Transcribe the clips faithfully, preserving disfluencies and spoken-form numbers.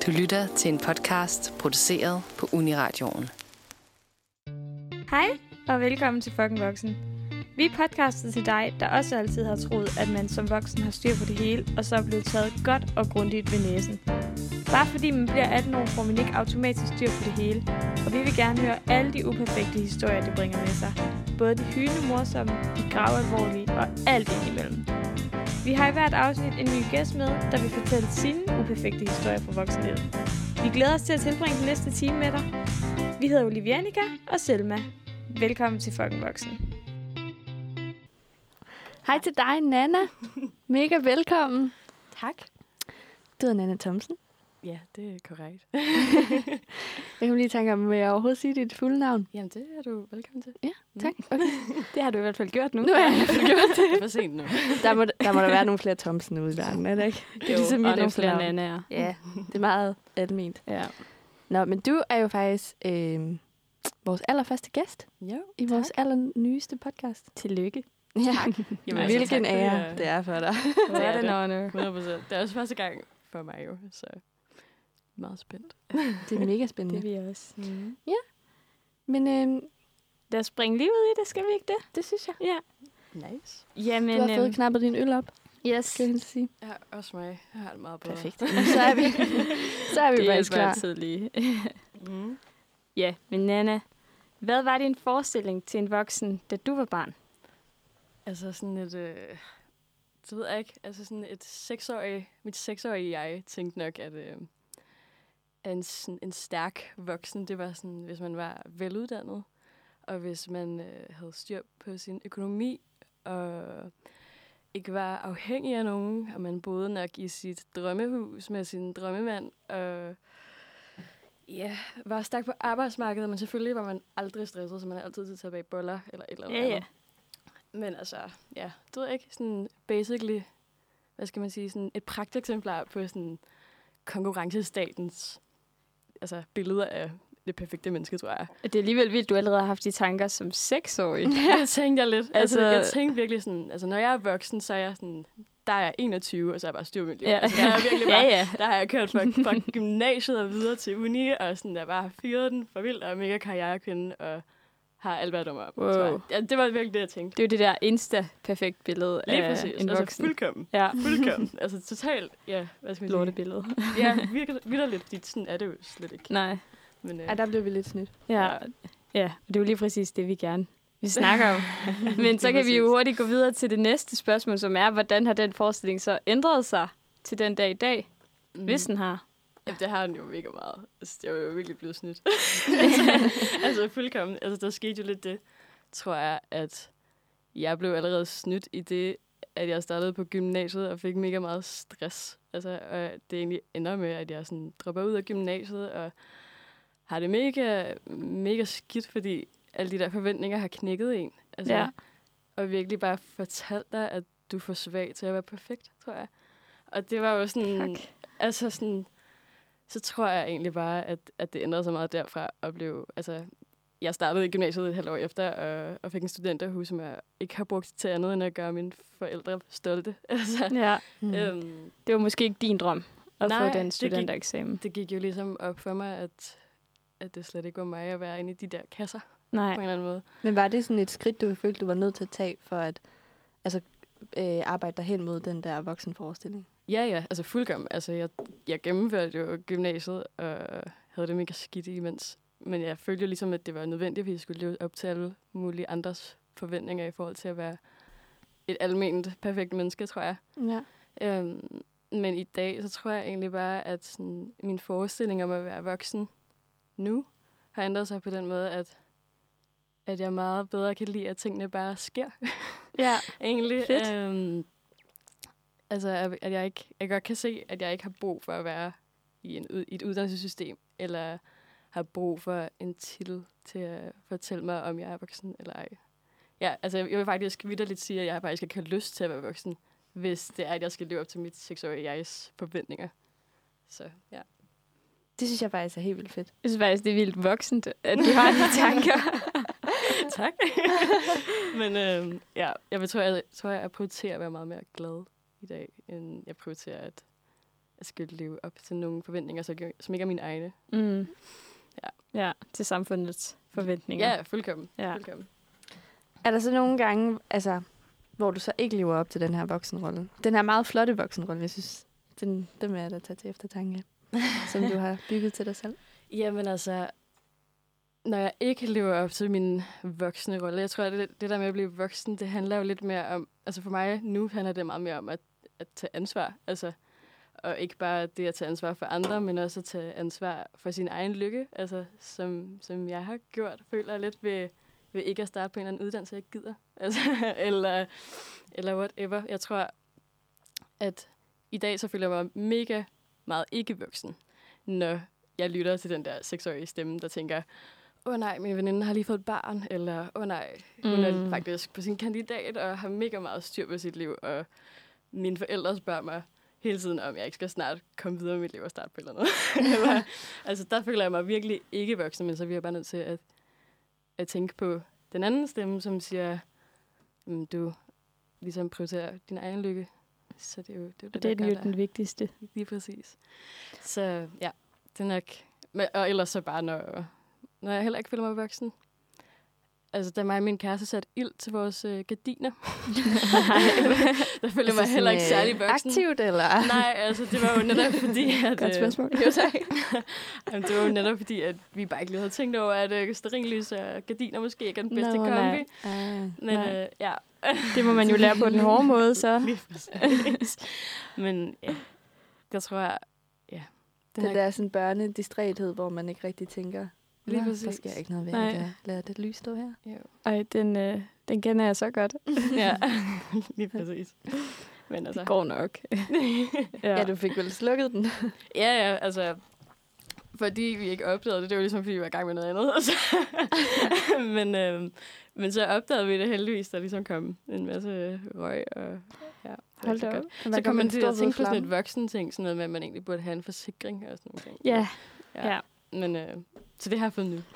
Du lytter til en podcast produceret på Uniradioen. Hej og velkommen til Fucking Voksen. Vi er podcastet til dig, der også altid har troet, at man som voksen har styr på det hele, og så er blevet taget godt og grundigt ved næsen. Bare fordi man bliver atten år, får man ikke automatisk styr på det hele, og vi vil gerne høre alle de uperfekte historier, det bringer med sig. Både de hylende morsomme, de gravalvorlige og alt indimellem. Vi har i hvert afsnit en ny gæst med, der vil fortælle sine uperfekte historier fra voksenlivet. Vi glæder os til at tilbringe den næste time med dig. Vi hedder Olivia Annika og Selma. Velkommen til Fucking Voksen. Hej til dig, Nana. Mega velkommen. Tak. Du hedder Nana Thomsen. Ja, det er korrekt. Jeg kan lige tænke om, må jeg overhovedet sige dit fulde navn? Jamen, det er du velkommen til. Ja, tak. Okay. Det har du i hvert fald gjort nu. Nu har jeg i hvert fald gjort det. Det er for sent nu. Der må der, må der være nogle flere Thomsen ude i verden, er det ikke? Det er jo, ligesom og nogle flere navn. Nanaer. Ja, det er meget alment. Ja. Nå, men du er jo faktisk øh, vores allerførste gæst Jo, i vores allernyeste podcast. Tillykke. Ja, Jamen, hvilken altså, tak, ære det det er for dig. Det er det, honor. hundrede procent. Det er også første gang for mig jo, så meget spændt. Det er mega spændende. Det er vi også. Mm. Ja, men øh, lad os springe lige ud i det, skal vi ikke det? det synes jeg. Ja. Nice. Jamen, Du har fået øhm, knappet din øl op, yes. skal jeg sige. Ja, også mig. Jeg har det meget bedre. Perfekt. Så er vi, så er vi Det faktisk hjælper klar. altid lige. mm. Ja, men Nana, hvad var din forestilling til en voksen, da du var barn? Altså sådan et, øh, det ved jeg ikke, altså sådan et seksårig, mit seksårige jeg tænkte nok, at øh, en, sådan, en stærk voksen, det var sådan, hvis man var veluddannet, og hvis man øh, havde styr på sin økonomi, og ikke var afhængig af nogen, og man boede nok i sit drømmehus med sin drømmemand, og ja, var stærk på arbejdsmarkedet, men selvfølgelig var man aldrig stresset, så man havde altid tid til at bage boller, eller et eller andet. Ja, ja. Men altså, ja, du ved ikke, sådan basically, hvad skal man sige, sådan et pragteksemplar på sådan konkurrencestatens altså billeder af det perfekte menneske, tror jeg. Det er alligevel vildt, du allerede har haft de tanker som seksårig. Det tænkte jeg lidt. Altså, Altså- jeg tænkte virkelig sådan, altså når jeg er voksen, så er jeg sådan, der er jeg enogtyve, og så er jeg bare styr på mit liv. Ja. Altså, der, er jeg virkelig bare, Ja, ja. der har jeg kørt fra, fra gymnasiet og videre til uni, og sådan, der bare fyret den for vildt, og er mega karrierekvinde, og har alt været om. Wow. Ja, det var virkelig det, jeg tænkte. Det er jo det der insta-perfekt billede Lige af præcis. en Altså voksen. fuldkommen. Ja, Fuldkommen. Altså totalt, ja, hvad skal man sige? lortebillede. Ja, virkelig, virkelig lidt, fordi sådan er det jo slet ikke. Nej. Men, øh, Ja, der blev vi lidt snydt. Ja. ja, og det er jo lige præcis det, vi gerne vi snakker om. Men så Lige kan vi jo præcis. hurtigt gå videre til det næste spørgsmål, som er, hvordan har den forestilling så ændret sig til den dag i dag, mm, hvis den har? Ja, det har den jo mega meget. Altså, det er jo virkelig blevet snydt. altså, altså fuldkommen. Altså, der skete jo lidt det, tror jeg, at jeg blev allerede snydt i det, at jeg startede på gymnasiet og fik mega meget stress. Altså, og det egentlig ender med, at jeg sådan dropper ud af gymnasiet og har det mega, mega skidt, fordi alle de der forventninger har knækket en. Altså, Ja. Og virkelig bare fortalt dig, at du er for svag til at være perfekt, tror jeg. Og det var jo sådan... Fuck. Altså sådan... Så tror jeg egentlig bare, at, at det ændrede sig meget derfra at blive... Altså, jeg startede i gymnasiet et halvt år efter, og, og fik en studenterhus, som jeg ikke har brugt til andet, end at gøre mine forældre stolte. Altså, Ja, Mm. øhm, det var måske ikke din drøm at Nej, få den det gik- studentereksamen. det gik jo ligesom op for mig, at, at det slet ikke var mig at være inde i de der kasser, Nej. på en eller anden måde. Men var det sådan et skridt, du følte, du var nødt til at tage for at altså, øh, arbejde dig hen mod den der voksenforestilling? Ja, ja, altså fuldkommen. Altså, jeg, jeg gennemførte jo gymnasiet, og havde det mega skidt imens. Men jeg følte jo ligesom, at det var nødvendigt, fordi jeg skulle leve op til alle mulige andres forventninger i forhold til at være et almindeligt perfekt menneske, tror jeg. Ja. Øhm, men i dag, så tror jeg egentlig bare, at sådan, min forestilling om at være voksen nu har ændret sig på den måde, at, at jeg meget bedre kan lide, at tingene bare sker. Ja, egentlig. Fedt. Øhm, altså, at at jeg ikke, jeg godt kan se, at jeg ikke har brug for at være i, en, ud- i et uddannelsessystem, eller har brug for en titel til at fortælle mig, om jeg er voksen eller ej. Ja, altså, jeg vil faktisk vitterligt sige, at jeg faktisk ikke har lyst til at være voksen, hvis det er, at jeg skal leve op til mit seksårige jegs forventninger. Så, ja. Det synes jeg faktisk er helt vildt fedt. jeg synes faktisk, det er vildt voksent, at du har de tanker. Tak. Men øhm, ja, jeg vil, tror, jeg, tror, jeg prioriterer at være meget mere glad i dag, end jeg prioriterer at skal leve op til nogle forventninger, så ikke- som ikke er mine egne. Mm. Ja. Ja, til samfundets forventninger. Ja, fuldkommen. Ja. fuldkommen. Er der så nogle gange, altså, hvor du så ikke lever op til den her voksenrolle? Den her meget flotte voksenrolle, jeg synes, den, den vil jeg da tage til eftertanke, som du har bygget til dig selv. Jamen altså, når jeg ikke lever op til min voksne rolle, jeg tror, at det, det der med at blive voksen, det handler jo lidt mere om, altså for mig nu handler det meget mere om at, at tage ansvar, altså, og ikke bare det at tage ansvar for andre, men også at tage ansvar for sin egen lykke, altså, som, som jeg har gjort, føler jeg lidt ved, ved ikke at starte på en eller anden uddannelse, jeg ikke gider, altså, eller, eller whatever. Jeg tror, at i dag så føler jeg mig mega meget ikke voksen, når jeg lytter til den der seksårige stemme, der tænker, åh oh, nej, min veninde har lige fået et barn, eller åh oh, nej, hun mm. er faktisk på sin kandidat, og har mega meget styr på sit liv, og mine forældre spørger mig hele tiden, om jeg ikke skal snart komme videre med mit liv og starte på eller noget. eller, altså, der føler jeg mig virkelig ikke voksen, men så er jeg bare nødt til at, at tænke på den anden stemme, som siger, du ligesom prioriterer din egen lykke. Så det er jo det, er Og det er der jo gør den der. vigtigste. Lige præcis. Så ja, det er nok... Men, og ellers så bare, når, når jeg heller ikke føler mig voksen. Altså, da mig og min kæreste satte ild til vores øh, gardiner. der følte jeg mig heller ikke særlig voksen. Aktivt, eller? Nej, altså, det var jo netop fordi, at... Godt spørgsmål. Jo, tak. Jamen, det var jo netop fordi, at vi bare ikke lige havde tænkt over, at øh, stearinlys og gardiner måske ikke er den bedste Nå, kombi. nej. Ah, Men øh, ja... Det må man jo lære på den hårde måde, så. Lige præcis. Men ja, der tror jeg... Ja, den den er- der sådan børnedistræthed, hvor man ikke rigtig tænker, Lige "Nå, præcis. der sker ikke noget ved, Nej. at jeg lader det lys stå her. Jo. Ej, den, øh, den kender jeg så godt. Ja, lige præcis. Men altså... Det går nok. Ja, du fik vel slukket den. Ja, ja, altså... Fordi vi ikke opdagede det, det var ligesom, fordi vi var i gang med noget andet. Altså. men, øhm, men så opdagede vi det heldigvis, der ligesom kom en masse røg. Og, ja, det var Hold så da op. godt. Der Så kom kom man en til stor at tænke på hvid sådan et flamme. voksen ting, sådan noget med, at man egentlig burde have en forsikring og sådan nogle ting. Ja, ja. ja. Men, øh, så det har jeg fået nu.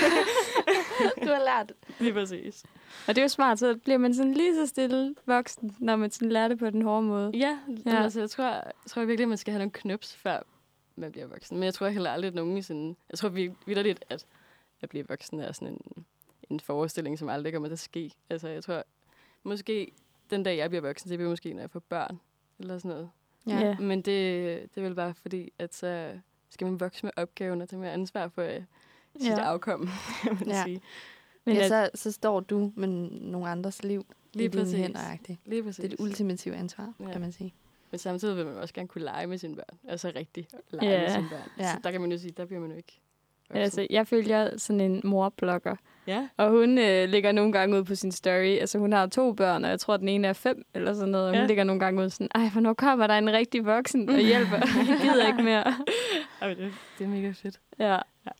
Du har lært. Lige præcis. Og det er jo smart, så bliver man sådan lige så stille voksen, når man sådan lærer det på den hårde måde. Ja, ja. Ja. Altså, jeg tror, jeg tror virkelig, at man skal have nogle knups, før man bliver voksen. Men jeg tror heller aldrig, at nogen sådan... Jeg tror vitterligt, at at blive voksen er sådan en, en forestilling, som aldrig kommer til at ske. Altså, jeg tror, måske den dag, jeg bliver voksen, det bliver måske, når jeg får børn, eller sådan noget. Ja. Ja. Men det, det er vel bare fordi, at så skal man vokse med opgaven og tage mere ansvar for uh, sit Ja. afkom, kan man Ja. sige. Men Ja, at, så, så står du med nogle andres liv Lige i dine præcis. hænder. -agtigt. Lige præcis. Det er det ultimative ansvar, Ja. kan man sige. Men samtidig vil man også gerne kunne lege med sine børn. Altså rigtig lege Ja. med sine børn. Ja. Så der kan man jo sige, der bliver man jo ikke voksen. altså, jeg følger sådan en morblogger, Ja. og hun øh, lægger nogle gange ud på sin story. Altså, hun har to børn, og jeg tror, den ene er fem, eller sådan noget. Og hun Ja. lægger nogle gange ud sådan, ej, hvornår kommer der en rigtig voksen og hjælper? Jeg gider ikke mere. Ej, det, det er mega fedt. Ja. Ja.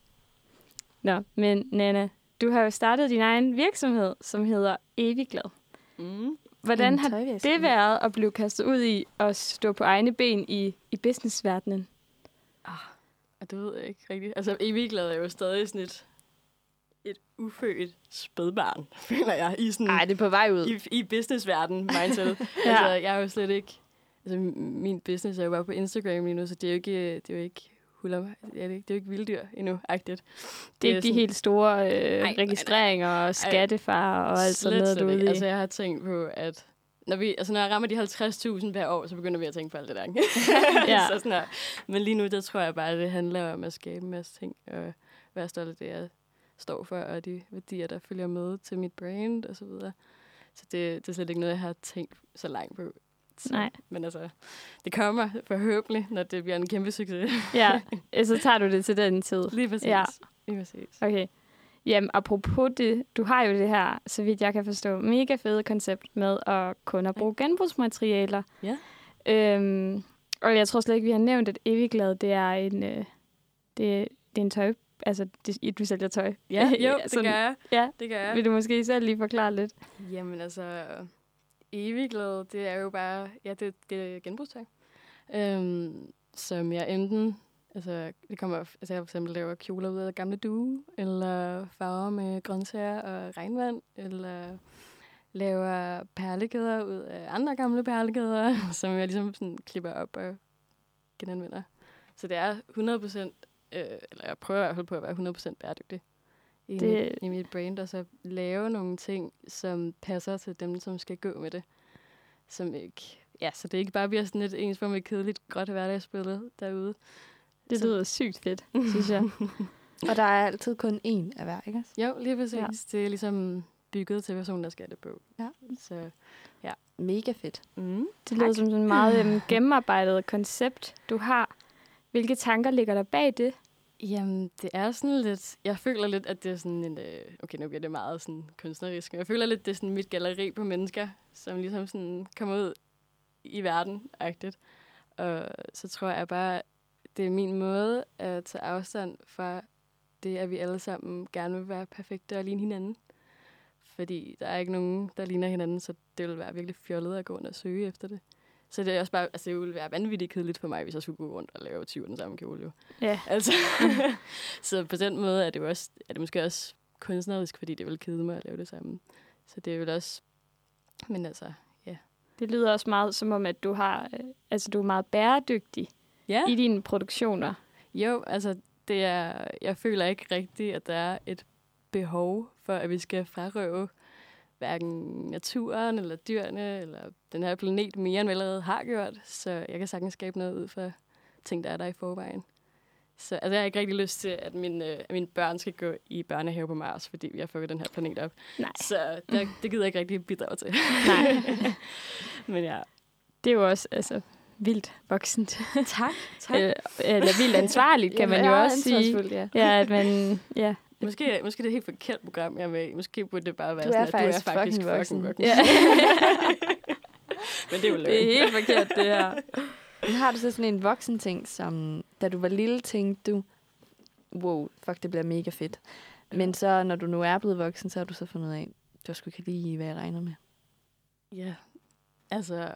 Nå, men Nana, du har jo startet din egen virksomhed, som hedder Evigglad. Mm. Hvordan En har tøjvask. det været at blive kastet ud i at stå på egne ben i, i businessverdenen? Og det ved jeg ikke rigtigt. Altså, Evigglad er jo stadig sådan et, et ufødt spædbarn, føler jeg, i sådan... Ej, det er på vej ud. I, i businessverdenen, mindset. Ja. Altså, jeg er jo slet ikke... Altså, min business er jo bare på Instagram lige nu, så det er jo ikke... Det er jo ikke huller, det er det ikke, det er jo ikke vilddyr endnu, agtigt. Det er ikke de helt store øh, nej, registreringer og skattefar og alt sådan slet, noget, du slet er ikke. ude i. Altså, jeg har tænkt på, at når, vi, altså, når jeg rammer de halvtreds tusind hver år, så begynder vi at tænke på alt det der. Ikke? Ja. så sådan her. Men lige nu, der tror jeg bare, at det handler om at skabe en masse ting, og være stolt af det, jeg står for, og de værdier, der følger med til mit brand, og så videre. Så det, det er slet ikke noget, jeg har tænkt så langt på. Så, Nej. Men altså, det kommer forhåbentlig, når det bliver en kæmpe succes. Ja, så tager du det til den tid. Lige præcis. Ja. Lige præcis. Okay. Jamen, apropos det, du har jo det her, så vidt jeg kan forstå, mega fede koncept med at kun at bruge genbrugsmaterialer. Ja. Øhm, og jeg tror slet ikke, vi har nævnt, at Evigglad, det er en, øh, det, det er en tøj, altså det, du sælger tøj. Ja, jo, det Sådan- gør jeg. Ja, Det gør jeg. vil du måske selv lige forklare lidt? Jamen altså, Evigglad, det er jo bare, ja, det, det er genbrugstøj. Øhm, som jeg enten, altså, det kommer, altså jeg for eksempel laver kjoler ud af gamle due, eller farver med grøntsager og regnvand, eller laver perlekæder ud af andre gamle perlekæder, som jeg ligesom sådan klipper op og genanvender. Så det er hundrede procent, øh, eller jeg prøver i hvert fald på at være hundrede procent bæredygtig i, Det- mit, i mit brand, og så lave nogle ting, som passer til dem, som skal gå med det. Som ikke, ja, så det ikke bare bliver sådan et ensformigt, kedeligt, gråt hverdagsbillede derude. Det Så- lyder sygt fedt, synes jeg. Og der er altid kun én af hver, ikke også? Jo, lige præcis. Ja. Ja. Det er ligesom bygget til personen, der skal have det på. Ja. Så, Mega fedt. mm. Det lyder som sådan et meget øhm, gennemarbejdet koncept, du har. Hvilke tanker ligger der bag det? Jamen, det er sådan lidt... Jeg føler lidt, at det er sådan en... Øh, okay, nu bliver det meget sådan kunstnerisk. Men jeg føler lidt, det er sådan mit galleri på mennesker, som ligesom sådan kommer ud i verden-agtigt. Og så tror jeg bare, det er min måde at tage afstand fra det, at vi alle sammen gerne vil være perfekte og ligne hinanden. Fordi der er ikke nogen, der ligner hinanden, så det vil være virkelig fjollet at gå rundt og søge efter det. Så det er også bare, altså det ville være vanvittigt kedeligt for mig, hvis jeg skulle gå rundt og lave tyve den samme kjole, jo. Ja. Altså, så på den måde er det jo også, er det måske også kunstnerisk, fordi det vil kede mig at lave det samme. Så det er jo også, men altså, ja. Det lyder også meget som om, at du har, øh, altså du er meget bæredygtig Ja, i dine produktioner. jo, altså det er, jeg føler ikke rigtigt, at der er et behov for, at vi skal frarøve hverken naturen eller dyrene eller den her planet mere, end vi allerede har gjort. Så jeg kan sagtens skabe noget ud for ting, der er der i forvejen. Så altså, jeg har ikke rigtig lyst til, at mine, øh, at mine børn skal gå i børnehave på Mars, fordi vi har fået den her planet op. Nej. Så der, det gider jeg ikke rigtig bidrage til. Nej. Men ja. Det er jo også altså, vildt voksent. Tak. Eller, eller vildt ansvarligt, kan man jo også sige. Ja. Ja, at man, ja. Måske, måske det er et helt forkert program, jeg er med i. Måske burde det bare være Du er sådan, at faktisk du er faktisk fucking fucking voksen. voksen. Ja. Men det er jo løgn. Det er helt forkert, det her. Men har du så sådan en voksen ting, som da du var lille, tænkte du, wow, fuck, det bliver mega fedt. Men så, når du nu er blevet voksen, så har du så fundet ud af, du skulle ikke lige, hvad jeg regner med. Ja, altså...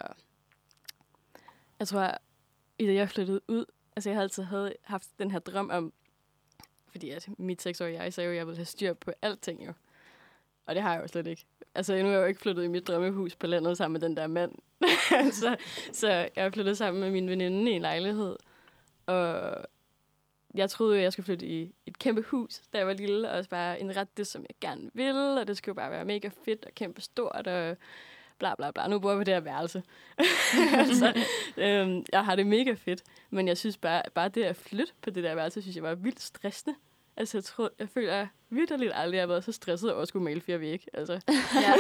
Jeg tror, i det jeg flyttede ud, altså jeg har altid havde haft den her drøm om, fordi at mit seksårige jeg sagde jo, at jeg ville have styr på alting jo. Og det har jeg jo slet ikke. Altså nu er jeg jo ikke flyttet i mit drømmehus på landet sammen med den der mand. så, så jeg er flyttet sammen med min veninde i en lejlighed. Og jeg troede jo, jeg skulle flytte i et kæmpe hus, da jeg var lille, og også bare indrette det, som jeg gerne ville. Og det skulle bare være mega fedt og kæmpe stort og bla bla bla. Nu bor vi det her værelse. så øhm, jeg har det mega fedt. Men jeg synes bare, bare det at flytte på det der værelse, synes jeg var vildt stressende. Altså, jeg, tror, jeg føler, at jeg virkelig aldrig har været så stresset over at skulle male fire væg. Altså. Ja.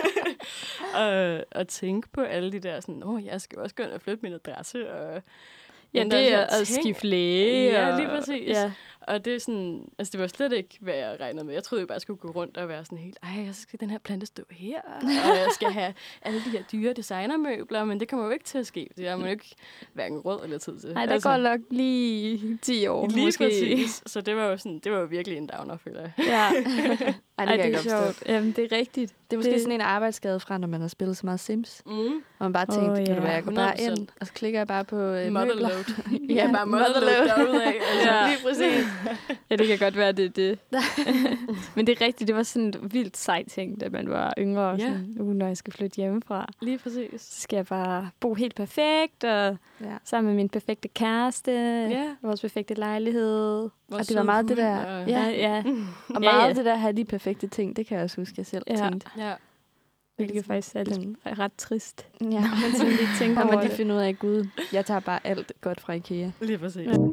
og, og tænke på alle de der sådan, åh, jeg skal også gå ind og flytte min adresse. Og Ja, ændre det er sådan at ting. skifte læge. Ja, og- lige præcis. Ja. Og det er sådan, altså det var slet ikke, hvad jeg regnede med. Jeg troede jo bare, jeg skulle gå rundt og være sådan helt, ej, så skal den her plante stå her, og jeg skal have alle de her dyre designermøbler, men det kommer jo ikke til at ske. Det har man jo ikke hverken råd eller tid til. Nej, der går nok lige ti år, Lige måske. præcis. Så det var jo sådan, det var jo virkelig en downer, føler jeg. Ja. Ej, det Ej, kan det jeg er godt forstå. sjovt. Jamen, det er rigtigt. Det er måske Det- sådan en arbejdsskade fra, når man har spillet så meget Sims. Mm. Og man bare tænkte, Åh, oh, kan ja. du være, jeg går bare hundrede ind, procent. og så klikker jeg bare på øh, møbler. Motherload. Ja, Ja, bare motherload motherload. derudad. Altså, Ja. lige præcis. Ja, det kan godt være, det er det. Men det er rigtigt, det var sådan et vildt sejt ting, da man var yngre. Og Ja. sådan, uh, når jeg skal flytte hjemmefra, Lige præcis. så skal jeg bare bo helt perfekt, og Ja. sammen med min perfekte kæreste, Ja. vores perfekte lejlighed. Vores Og det var meget det søde der- hund, og- Ja. Ja, ja. Og Ja, meget ja. det der at have de perfekte ting, det kan jeg også huske, jeg selv Ja. tænkte. Ja. Hvilket faktisk er lidt Den- ret trist. Ja. Man sådan lige tænker Når over man lige det. finder ud af, gud, jeg tager bare alt godt fra IKEA. Lige præcis. Ja.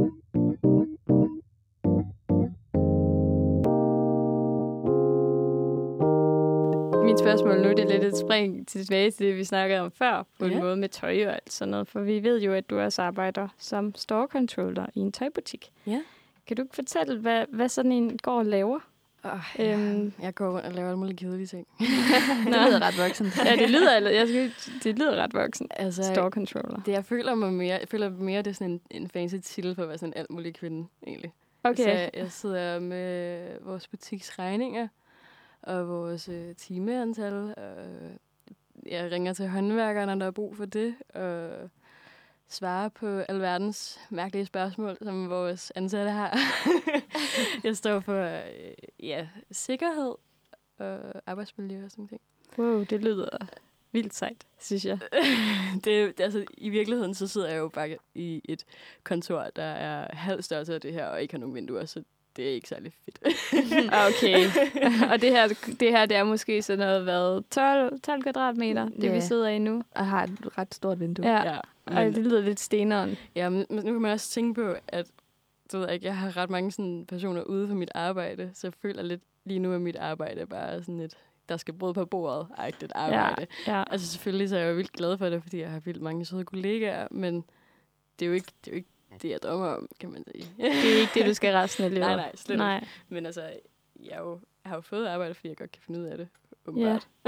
Mit spørgsmål nu, det er lidt et spring tilbage til det, vi snakkede om før, på en Ja. måde med tøj og alt sådan noget. For vi ved jo, at du også arbejder som store controller i en tøjbutik. Ja. Kan du ikke fortælle, hvad, hvad sådan en går og laver? Oh, Øhm. Jeg går rundt og laver alle mulige kedelige ting. Det lyder ret voksent. Ja, det lyder, eller jeg skal, det lyder ret voksen. Altså, Store controller. det, jeg føler mig mere, jeg føler mere, det er sådan en, en fancy titel for at være sådan en alt mulig kvinde, egentlig. Okay. Så jeg, jeg sidder med vores butiks regninger og vores øh, timeantal. Og jeg ringer til håndværkere, når der er brug for det. Og svarer på alverdens mærkelige spørgsmål, som vores ansatte har. Jeg står for øh, ja, sikkerhed og arbejdsmiljø og sådan ting. Wow, det lyder vildt sejt, synes jeg. det, det, altså, i virkeligheden, så sidder jeg jo bare i et kontor, der er halv størrelse af det her, og ikke har nogen vinduer, så det er ikke særlig fedt. Okay. Og det her, det her, det er måske sådan noget, hvad, tolv, tolv kvadratmeter, det Ja. vi sidder i nu. Og har et ret stort vindue. Ja, Ja, og men, det lyder lidt steneren. ja, men men nu kan man også tænke på, at du ved ikke, jeg har ret mange sådan, personer ude for mit arbejde, så jeg føler lidt lige nu, at mit arbejde er bare sådan et, der skal brød på bordet-agtigt arbejde. Ja, ja. Altså selvfølgelig så er jeg jo vildt glad for det, fordi jeg har vildt mange søde kollegaer, men det er jo ikke det, er jo ikke det jeg drømmer om, kan man sige. Det er ikke det, du skal resten af livet. Nej, nej, slet nej. ikke. Men altså, jeg, er jo, jeg har jo fået arbejde, fordi jeg godt kan finde ud af det, åbenbart. Ja.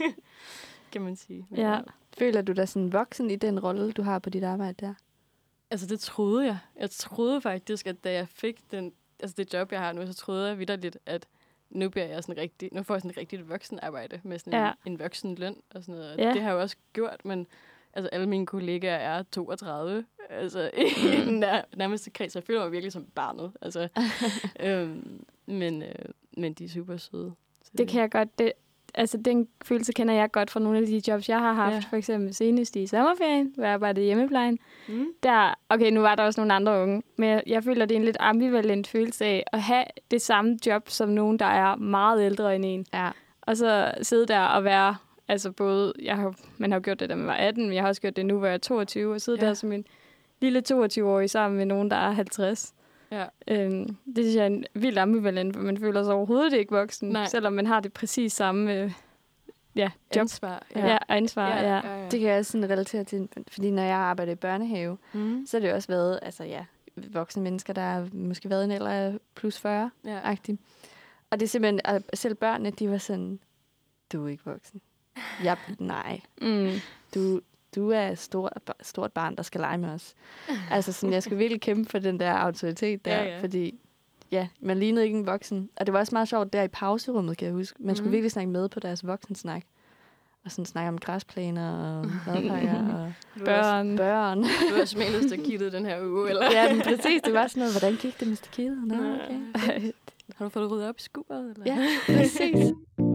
kan man sige. Men, Ja. Føler du dig sådan voksen i den rolle, du har på dit arbejde der? Altså, det troede jeg. Jeg troede faktisk, at da jeg fik den, altså det job, jeg har nu, så troede jeg vitterligt, at nu bliver jeg sådan rigtig, nu får jeg sådan et rigtigt voksenarbejde med sådan Ja. en, en voksen løn og sådan noget. Og Ja. det har jeg jo også gjort, men altså alle mine kollegaer er toogtredive, altså i den nær, nærmeste kreds, så jeg føler mig virkelig som barnet. Altså, øhm, men, øh, men de er super søde. Så Det kan jeg godt. Det, altså, den følelse kender jeg godt fra nogle af de jobs, jeg har haft. Ja. For eksempel senest i sommerferien, hvor jeg arbejdede i hjemmeplejen. Mm. Der, okay, nu var der også nogle andre unge, men jeg, jeg føler, det er en lidt ambivalent følelse af at have det samme job som nogen, der er meget ældre end en. Ja. Og så sidde der og være, altså både, jeg har, man har jo gjort det, da man var atten, men jeg har også gjort det nu, hvor jeg er toogtyve, og sidde Ja. der som en lille toogtyve-årig sammen med nogen, der er halvtreds. Ja. Øhm, det synes jeg er en vild ambivalent, for man føler sig overhovedet ikke voksen, Nej. selvom man har det præcis samme øh, ja, job. Ansvar. Ja, ja, ansvar, ja. ja. ja, ja. Det kan jeg også sådan relatere til, fordi når jeg arbejder i børnehave, Mm. så har det jo også været, altså ja, voksne mennesker, der har måske været en alder af plus fyrre-agtig. Ja. Og det er simpelthen, og selv børnene, de var sådan, du er ikke voksen. Jeg, nej, Mm. du, du er et stort, stort barn, der skal lege med os. Altså sådan, jeg skulle virkelig kæmpe for den der autoritet der, Ja, ja. fordi ja, man lignede ikke en voksen. Og det var også meget sjovt der i pauserummet, kan jeg huske. Man skulle Mhm. virkelig snakke med på deres voksensnak. Og sådan snakke om græsplæner og madpakker og Børn. børn. Du har smalet stakittet den her uge, eller? Ja, men præcis. Det var sådan noget, hvordan gik det med stakittet? Nå, okay. Har du fået det ryddet op i skuret, eller? Ja, præcis.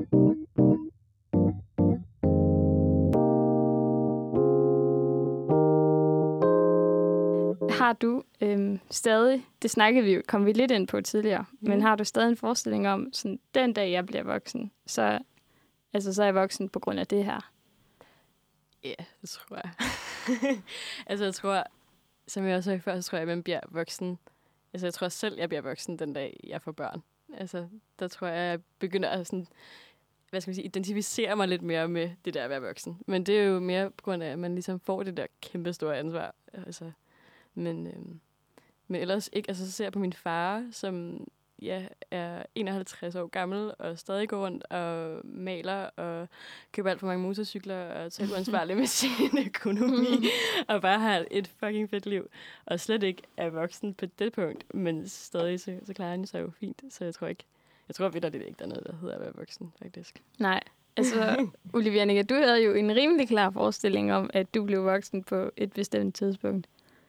Har du øhm, stadig, det snakkede vi jo, kom vi lidt ind på tidligere, mm. men har du stadig en forestilling om, sådan, den dag jeg bliver voksen, så, altså, så er jeg voksen på grund af det her? Ja, det tror jeg. altså, jeg tror, som jeg også sagde før, så tror jeg, at man bliver voksen. Altså, jeg tror selv, jeg bliver voksen den dag, jeg får børn. Altså, der tror jeg, jeg begynder at sådan, hvad skal man sige, identificere mig lidt mere med det der at være voksen. Men det er jo mere på grund af, at man ligesom får det der kæmpe store ansvar. Altså, men, øhm, men ellers ikke. Altså, så ser jeg på min far, som ja, er enoghalvtreds år gammel og stadig går rundt og maler og køber alt for mange motorcykler og er selv uansvarlig med sin økonomi og bare har et fucking fedt liv. Og slet ikke er voksen på det punkt, men stadig så, så klarer han sig jo fint. Så jeg tror ikke, jeg tror vitterligt ikke, der er noget, der hedder at være voksen, faktisk. Nej, altså Olivia Nika, du havde jo en rimelig klar forestilling om, at du blev voksen på et bestemt tidspunkt.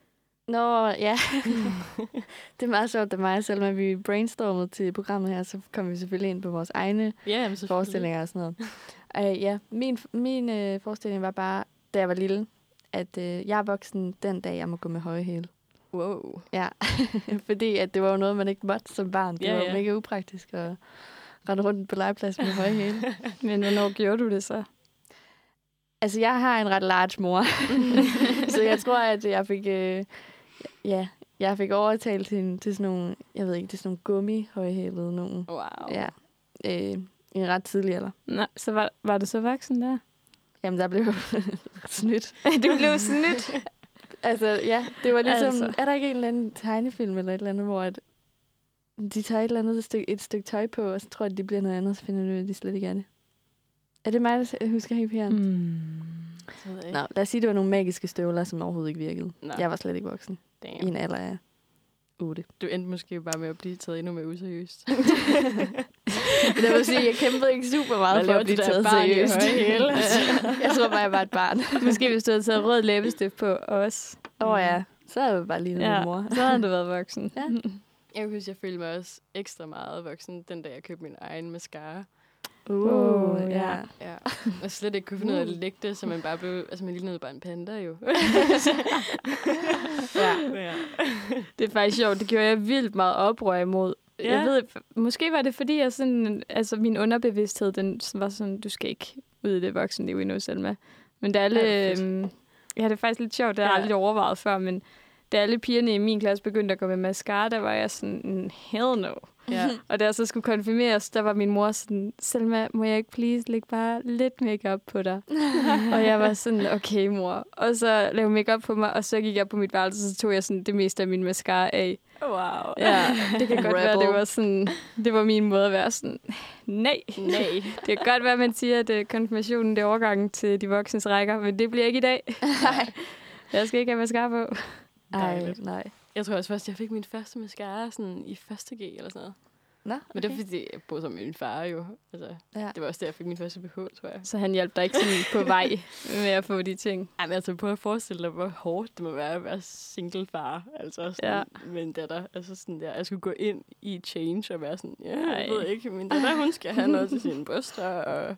Nå, ja. Det er meget sjovt, da mig og Selma, vi brainstormede til programmet her, så kom vi selvfølgelig ind på vores egne Ja, men forestillinger og sådan noget. Uh, ja, min, min uh, forestilling var bare, da jeg var lille, at uh, jeg er voksen den dag, jeg må gå med høje hæle. Wow. Ja, fordi at det var jo noget, man ikke måtte som barn. Det Ja, var jo ja. mega upraktisk at rende rundt på legepladsen med høje hæle. Men hvornår gjorde du det så? Altså, jeg har en ret large mor, så jeg tror, at jeg fik, øh, ja, jeg fik overtalt hende til sådan nogle, jeg ved ikke, det er sådan nogle gummihøjhælede nogen. Wow. Ja, øh, i en ret tidlig alder. Nå, så var, var du så voksen der? Jamen, der blev snydt. Du blev snydt. Altså, ja, det var ligesom, Altså. altså. Er der ikke en eller anden tegnefilm eller et eller andet, hvor at de tager et eller andet stykke, et stykke tøj på, og så tror jeg, at det bliver noget andet, så finder de ud af, at de slet ikke er det. Er det mig, der husker helt pænt? Mm. Så ved jeg Nå, lad os sige, at det var nogle magiske støvler, som overhovedet ikke virkede. Nå. Jeg var slet ikke voksen. Damn. I en alder af otte. Du endte måske bare med at blive taget endnu mere useriøst. Det vil sige, jeg kæmpede ikke super meget Hvad for laver at blive det der taget barn i seriøst. høje hæle? Jeg tror bare, jeg var et barn. Måske hvis du havde taget rød læbestift på os. Åh oh, ja, så havde jeg bare lignet Ja, min mor. så havde du været voksen. Ja. Jeg kan huske, jeg følte mig også ekstra meget voksen, den dag jeg købte min egen mascara. Uh, ja. ja. Ja. Og slet ikke kunne finde ud af at lægge det, så man bare blev... Altså, man lignede bare en panda, jo. ja. Ja. Det er faktisk sjovt. Det gjorde jeg vildt meget oprør imod. Ja. Jeg ved, måske var det, fordi jeg sådan... Altså, min underbevidsthed, den var sådan, du skal ikke ud i det voksenliv endnu, Selma. Men det er alle... Ej, øhm, ja, det er faktisk lidt sjovt. Det har jeg Ja. aldrig overvejet før, men da alle pigerne i min klasse begyndte at gå med mascara, der var jeg sådan, hell no. Ja. Og da jeg så skulle konfirmeres, der var min mor sådan, Selma, må jeg ikke please lægge bare lidt makeup på dig? Og jeg var sådan, okay mor. Og så lavede makeup på mig, og så gik jeg på mit værelse, så tog jeg sådan det meste af min mascara af. Wow. Ja, det kan godt Rebel. være, det var sådan, det var min måde at være sådan, nej. Nej. Det kan godt være, at man siger, at uh, konfirmationen det er overgangen til de voksnes rækker, men det bliver ikke i dag. Jeg skal ikke have mascara på. Ej, Dejligt. nej. Jeg tror også først, jeg fik min første mascara sådan i første G eller sådan noget. Nå, Men det var fordi, jeg boede sammen med min far jo. Altså, Ja. det var også der, jeg fik min første B H, tror jeg. Så han hjalp dig ikke sådan på vej med at få de ting. Ej, men altså, prøv at forestille dig, hvor hårdt det må være at være single far. Altså sådan Ja. med en datter. Altså sådan der, jeg skulle gå ind i Change og være sådan, ja, Ej. jeg ved ikke, min datter, hun skal have noget til sine bryster. Og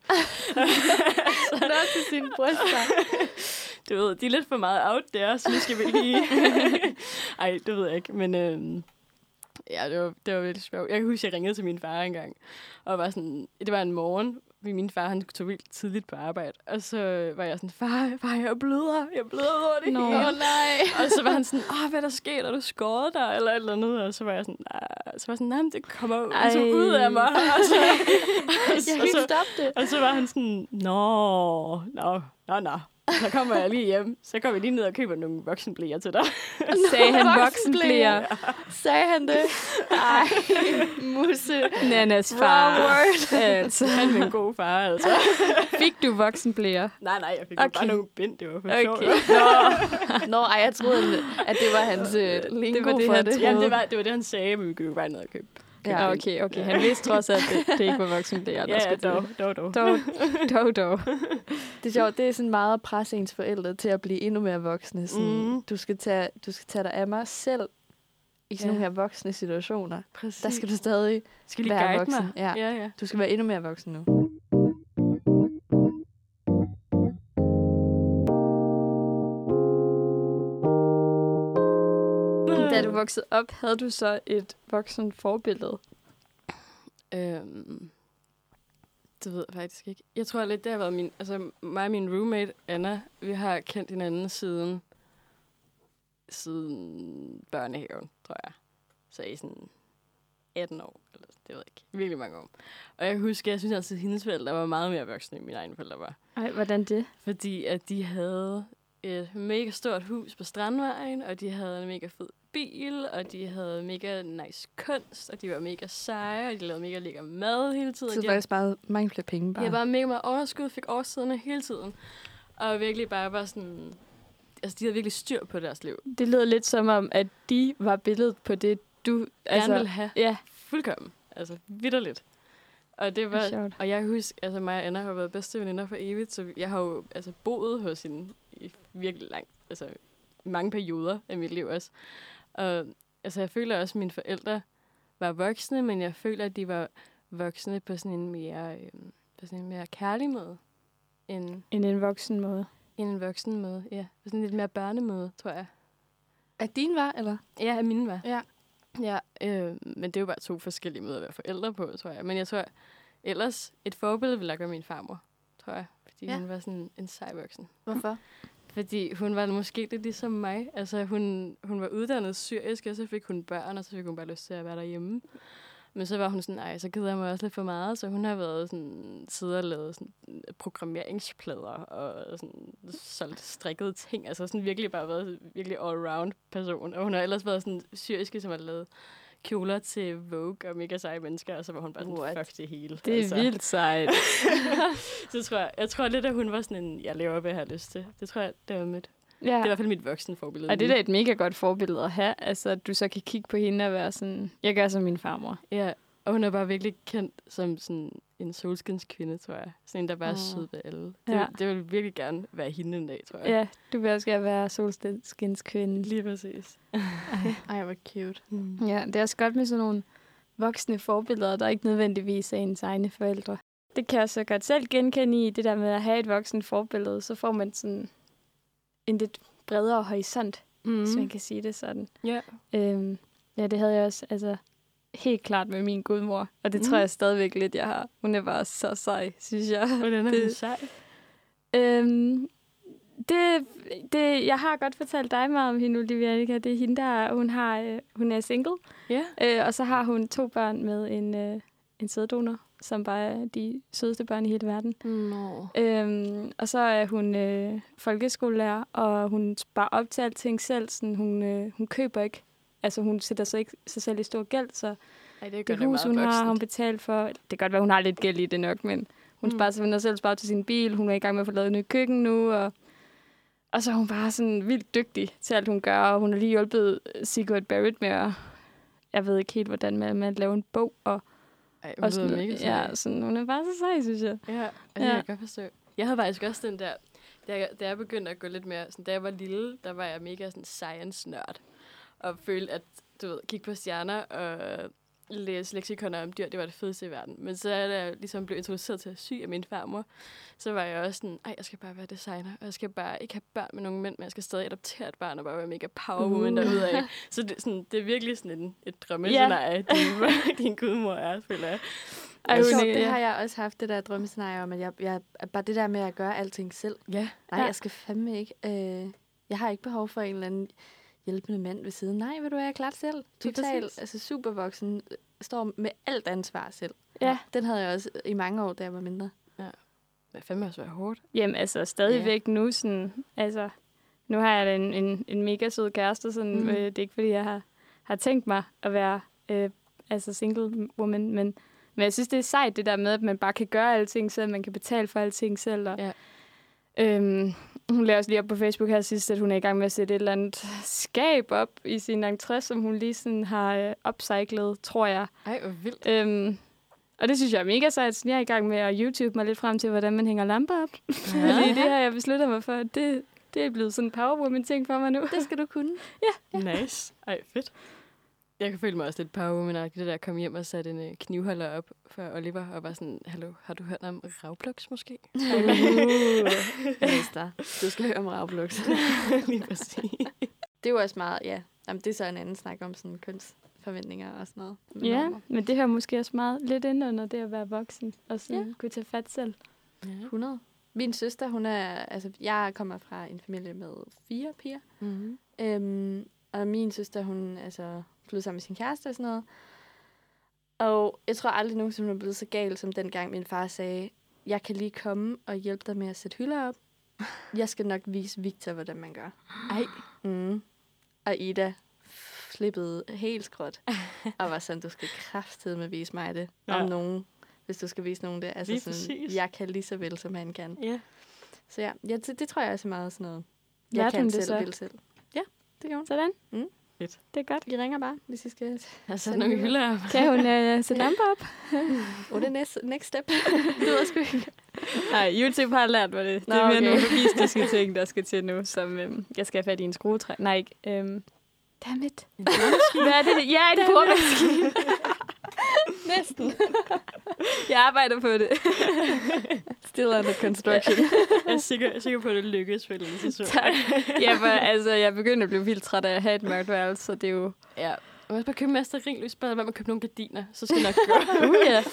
Noget til sine bryster. du ved, de er lidt for meget out der, så nu skal vi lige... Ej, det ved jeg ikke, men... Øhm, ja, det var, det var virkelig sjovt. Jeg kan huske, at jeg ringede til min far engang, og var sådan... Det var en morgen, fordi min far, han tog vildt tidligt på arbejde, og så var jeg sådan, far, far, jeg bløder, jeg bløder over det Nå. hele. Åh, nej. Og så var han sådan, åh, hvad er der sket? Er du skåret dig? Eller et eller andet. Og så var jeg sådan, nej. Så var jeg sådan, nej, men det kommer jo ligesom Ej. ud af mig. Og så, og, så, Jeg kan og, ikke så, stoppe det. og så var han sådan, nå, nå, nå, nå. Så kommer jeg lige hjem. Så kommer jeg lige ned og køber nogle voksenblæer til dig. Sagde han Voksenblæer. voksenblæer. Sagde han det? Ej, musse. Nanas far. Word. Altså, Han er en god far, altså. fik du voksenblæer? Nej, nej, jeg fik Okay. okay. bare nogle bind. Det var for Okay. sjovt. Nå. Nå, ej, jeg troede, at det var hans øh, lingo Det var det, for han det. Jamen, det var, det var det, han sagde, men vi kunne jo bare ned og købe. Ja. Ja, okay, okay. Han vidste trods alt, at det, det ikke var voksenblæer, der Ja, ja, skulle dog, til. dog, dog. Dog, dog, dog. Det er sjovt, det er sådan meget at presse ens forældre til at blive endnu mere voksne. Sådan, Mhm. du, skal tage, du skal tage dig af mig selv i sådan Ja. nogle her voksne situationer. Præcis. Der skal du stadig skal lige være guide voksen. mig. Ja. ja, ja. Du skal være endnu mere voksen nu. Da du voksede op, havde du så et voksen forbillede? Øhm, det ved jeg faktisk ikke. Jeg tror lidt, det har været min... Altså, mig og min roommate, Anna, vi har kendt hinanden siden... Siden børnehaven, tror jeg. Så i sådan atten år, eller det ved jeg ikke. Virkelig mange år. Og jeg kan huske, jeg synes altid, at hendes forældre var meget mere voksne, end mine egne forældre var. Ej, hvordan det? Fordi at de havde et mega stort hus på Strandvejen, og de havde en mega fed bil, og de havde mega nice kunst, og de var mega seje, og de lavede mega lækker mad hele tiden. Så de det er faktisk bare mange flere penge. Bare. jeg var mega meget overskud, fik årsiderne hele tiden. Og virkelig bare var sådan... Altså, de havde virkelig styr på deres liv. Det lyder lidt som om, at de var billedet på det, du... Altså, Altså, gerne ville have. ja, Fuldkommen. Altså, vitterligt. Og det var... sjovt. Og jeg kan huske, altså mig og Anna har været bedste veninder for evigt, så jeg har jo altså boet hos hende i virkelig lang... Altså, i mange perioder af mit liv også. Og altså, jeg føler også, at mine forældre var voksne, men jeg føler, at de var voksne på sådan en mere, øh, på sådan en mere kærlig måde, end, end en voksen måde. end en voksen måde. Ja, på sådan en lidt mere børnemåde, tror jeg. At din var, eller? Ja, at mine var. Ja. Ja, øh, men det er jo bare to forskellige måder at være forældre på, tror jeg. Men jeg tror, ellers et forbillede ville jeg gøre min farmor, tror jeg. Fordi Ja. ja. hun var sådan en sej voksen. Hvorfor? Fordi hun var måske lidt ligesom mig. Altså, hun, hun var uddannet syrisk, og så fik hun børn, og så fik hun bare lyst til at være derhjemme. Men så var hun sådan, ej, så gider jeg mig også lidt for meget. Så hun har været sådan, siddet og lavet sådan, programmeringsplader og sådan, solgt strikkede ting. Altså sådan virkelig bare været virkelig all-round person. Og hun har ellers været sådan syriske, som har lavet kjoler til Vogue og mega seje mennesker, og så var hun bare sådan, What? fuck det hele. Det er altså. vildt sejt. Så tror jeg, jeg tror lidt, at hun var sådan en, jeg lever, hvad jeg har lyst til. Det tror jeg, det var mit. Ja. Det er i hvert fald mit voksne forbillede. Og det er da et mega godt forbillede at have. Altså, at du så kan kigge på hende og være sådan, jeg gør som min farmor. Ja, og hun er bare virkelig kendt som sådan en solskinskvinde, tror jeg. Sådan en, der bare er Åh. sød ved alle. Det, Ja. ja. det vil virkelig gerne være hende en dag, tror jeg. Ja, du vil også gerne være solskinskvinde. Lige præcis. Ej, hvor cute. Mm. Ja, det er også godt med sådan nogle voksne forbilleder, der ikke nødvendigvis er ens egne forældre. det kan jeg så godt selv genkende i, det der med at have et voksen forbillede. Så får man sådan en lidt bredere horisont, mm. hvis man kan sige det sådan. Ja. Øhm, ja, det havde jeg også altså, helt klart med min gudmor. Og det mm. tror jeg stadigvæk lidt, jeg har. Hun er bare så sej, synes jeg. Hvordan er det, hun sej? Øhm, det, det, jeg har godt fortalt dig meget om hende, Olivia Annika. Det er hende, der hun, har, øh, hun er single. Ja. Øh, og så har hun to børn med en, øh, en sæddonor, som bare er de sødeste børn i hele verden. Nå. Øhm, og så er hun øh, folkeskolelærer, og hun sparer op til alting selv. Sådan, hun, øh, hun køber ikke. Altså, hun sætter sig ikke sig selv i stor gæld, så Ej, det, det hus, hun har, hun betalt for. Det kan godt være, hun har lidt gæld i det nok, men hun mm. sparer sig selv sparer til sin bil. Hun er i gang med at få lavet et nyt køkken nu, og, og så er hun bare sådan vildt dygtig til alt, hun gør. Og hun har lige hjulpet Sigurd Barrett med at, jeg ved ikke helt, hvordan man, man laver en bog, og Ej, hun og sådan, lyder mega sej. ja, sådan, hun er bare så sej, synes jeg. Ja, og det Ja. kan jeg godt forstå. Jeg havde faktisk også den der, da jeg, da jeg begyndte at gå lidt mere, sådan, da jeg var lille, der var jeg mega sådan science-nørd, og følte, at du ved, kigge på stjerner og læse leksikoner om dyr, det var det fedeste i verden. Men så er jeg ligesom blevet introduceret til at sy af min farmor, så var jeg også sådan, ej, jeg skal bare være designer, og jeg skal bare ikke have børn med nogen mænd, men jeg skal stadig adoptere et barn og bare være mega powerwoman uh. derudaf. Så det, sådan, det er virkelig sådan en, et drømmescenarie, yeah. din, din gudmor er, føler jeg. Ej, det, sjovt, det har jeg også haft, det der drømmescenarie om, at jeg, jeg, bare det der med at gøre alting selv. Ja. Nej, ja. jeg skal fandme ikke. Øh, jeg har ikke behov for en eller anden hjælpende mand ved siden. Nej, vil du være klart selv? Totalt, altså supervoksen, står med alt ansvar selv. Ja. Den havde jeg også i mange år, da jeg var mindre. Ja. Det fandme også være hårdt. Jamen, altså, stadigvæk ja. nu, sådan, altså, nu har jeg en, en, en mega sød kæreste, sådan, mm. øh, det er ikke, fordi jeg har, har tænkt mig at være, øh, altså, single woman, men, men jeg synes, det er sejt, det der med, at man bare kan gøre alting selv, man kan betale for alting selv, og, ja. øhm, hun lavede også lige op på Facebook her sidst, at hun er i gang med at sætte et eller andet skab op i sin entré, som hun lige sådan har øh, upcyclet, tror jeg. Ej, hvor vildt. Øhm, og det synes jeg er mega sejt. Jeg er i gang med at YouTube mig lidt frem til, hvordan man hænger lamper op. Ja. Fordi det har jeg besluttet mig for. Det, det er blevet sådan en powerwoman-ting for mig nu. Det skal du kunne. Ja. Nice. Ej, fedt. Jeg kan føle mig også lidt powerwoman-agtig, det der at komme hjem og sætte en uh, knivholder op for Oliver, og bare sådan, hallo, har du hørt om Roblox måske? uh, du skal høre om Roblox. Lige præcis. Det er jo også meget, ja. Jamen, det er så en anden snak om sådan kønsforventninger og sådan noget. Ja, normer. men det hører måske også meget lidt ind under det at være voksen, og sådan ja. kunne tage fat selv. Ja. hundrede. Min søster, hun er, altså jeg kommer fra en familie med fire piger. Mm-hmm. Øhm, og min søster, hun altså flyttede sammen med sin kæreste og sådan noget. Og jeg tror aldrig nogensinde, hun er blevet så gal, som dengang min far sagde, jeg kan lige komme og hjælpe dig med at sætte hylder op. Jeg skal nok vise Victor, hvordan man gør. Ej. Mm. Og Ida flippede helt skråt. Og var sådan, du skal kraftedeme vise mig det. Ja. Om nogen, hvis du skal vise nogen det. Altså sådan, jeg kan lige så vel, som han kan. Ja. Så ja, ja det, det tror jeg også er meget sådan noget. Jeg Lærte kan det selv, så? vil selv. Ja, det gør hun. Sådan. Mm. Fedt. Det er godt. I ringer bare, hvis I skal. Altså, nogle hylder op. Kan hun uh, sætte lamper op? Oh, det er next, next step. Det ved jeg sgu ikke. Nej, YouTube har lært mig det. Nå, det er mere okay. nogle logistiske ting, der skal til nu, som øhm, jeg skal have fat i en skruetræ. Nej, ikke. Øhm, dammit. En boremaskine? Hvad er det? Ja, en boremaskine. Næsten. Jeg arbejder på det. Still under construction. Jeg er sikker, jeg er sikker på, at det lykkes for en Tak. Ja, for altså, jeg begynder at blive vildt træt af at have et mørkt værelse, så det er jo... Ja. Og hvis man køber Master Ringløs, bare lad være med at købe nogle gardiner, så skal det nok gå. Uh, ja.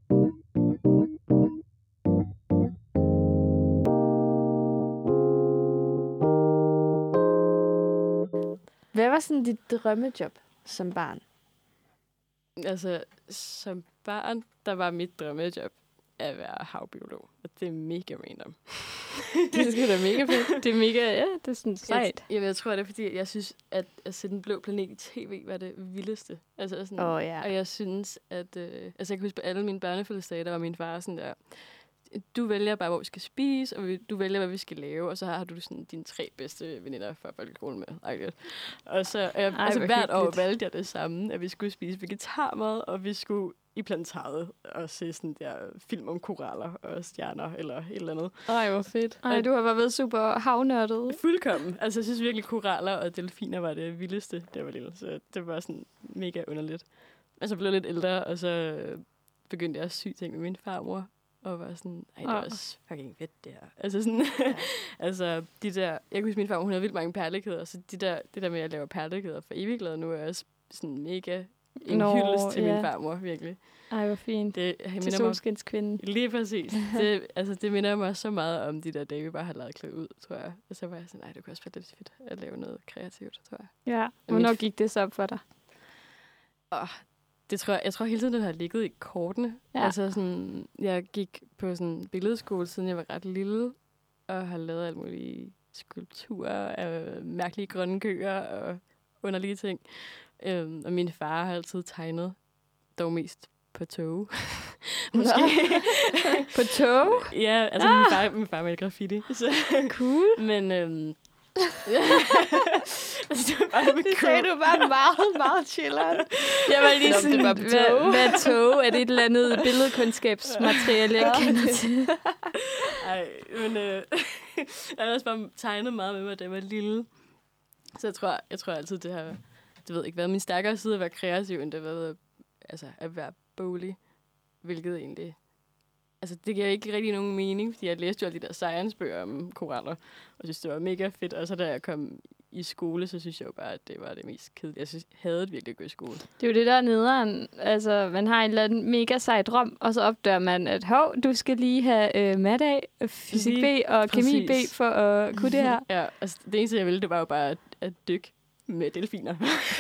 Hvad var sådan dit drømmejob som barn? Altså, som barn, der var mit drømmejob at være havbiolog. Og det er mega random. Det er sgu da mega fedt. Det er mega, ja, det er sådan sejt. Jeg, jeg, jeg tror, det er fordi, jeg synes, at at se Den Blå Planet i tv var det vildeste. Altså sådan, Åh, ja. Og jeg synes, at... Øh, altså, jeg kan huske på alle mine børnefødselsdage, der var min far sådan der... Du vælger bare, hvor vi skal spise, og vi, du vælger, hvad vi skal lave, og så har du sådan dine tre bedste veninder fra folkeskolen med. Ej, og så øh, Ej, altså, hvert år hyggeligt. valgte jeg det samme, at vi skulle spise vegetarmad, og vi skulle i plantaret og se sådan der film om koraller og stjerner, eller et eller andet. Ej, hvor fedt. Ej, du har bare været super havnørdet. Fuldkommen. Altså, jeg synes virkelig, koraller og delfiner var det vildeste, da jeg var lille. Så det var sådan mega underligt. Altså, jeg blev lidt ældre, og så begyndte jeg at sy ting med min farmor. og var sådan, ej, det er Åh. også fucking fedt, det her. Altså sådan, ja. altså, de der, jeg kan huske, min far, hun havde vildt mange perlekæder, så de der, det der med at lave perlekæder for evigglade nu, er også sådan mega en Nå, hyldest til ja. min farmor, virkelig. Ej, hvor fint. Det Til minder mig, solskinskvinden. lige præcis. Det, altså, det minder mig så meget om de der dage, vi bare har lavet klæde ud, tror jeg. Og så var jeg sådan, nej, det kunne også være lidt fedt at lave noget kreativt, tror jeg. Ja, hvornår gik det så op for dig? Åh, det tror jeg, jeg tror hele tiden, det har ligget i kortene. Ja. Altså sådan, jeg gik på sådan billedskole, siden jeg var ret lille, og har lavet alle mulige skulpturer af mærkelige grønne køer og underlige ting. Øhm, og min far har altid tegnet, dog mest på tog. Måske. På tog? Ja, altså ah! min far, min far med graffiti. Så. Cool. Men øhm, altså, det, var bare med Det sagde du bare meget, meget chilleren. Jeg var lige Nå, sådan, det var på hvad, tog. hvad er tog? Er det et eller andet billedkundskabsmateriale, jeg kender til? Ej, men øh, jeg har også bare tegnet meget med mig, da jeg var lille. Så jeg tror, jeg tror altid, det har, det ved ikke hvad, min stærkere side at være kreativ, end det har været altså, at være boglig. Hvilket egentlig, altså det giver ikke rigtig nogen mening, fordi jeg læste jo alle de der science-bøger om koraller, og synes, det var mega fedt. Og så da jeg kom i skole, så synes jeg jo bare, at det var det mest kedelige. Jeg synes, jeg havde et virkelig godt skole. Det er jo det der nederen. Altså, man har en eller anden mega sej drøm, og så opdager man, at hov, du skal lige have øh, mat A, fysik B og kemi B for at kunne det her. Ja, altså det eneste, jeg ville, det var jo bare at, at dykke med delfiner.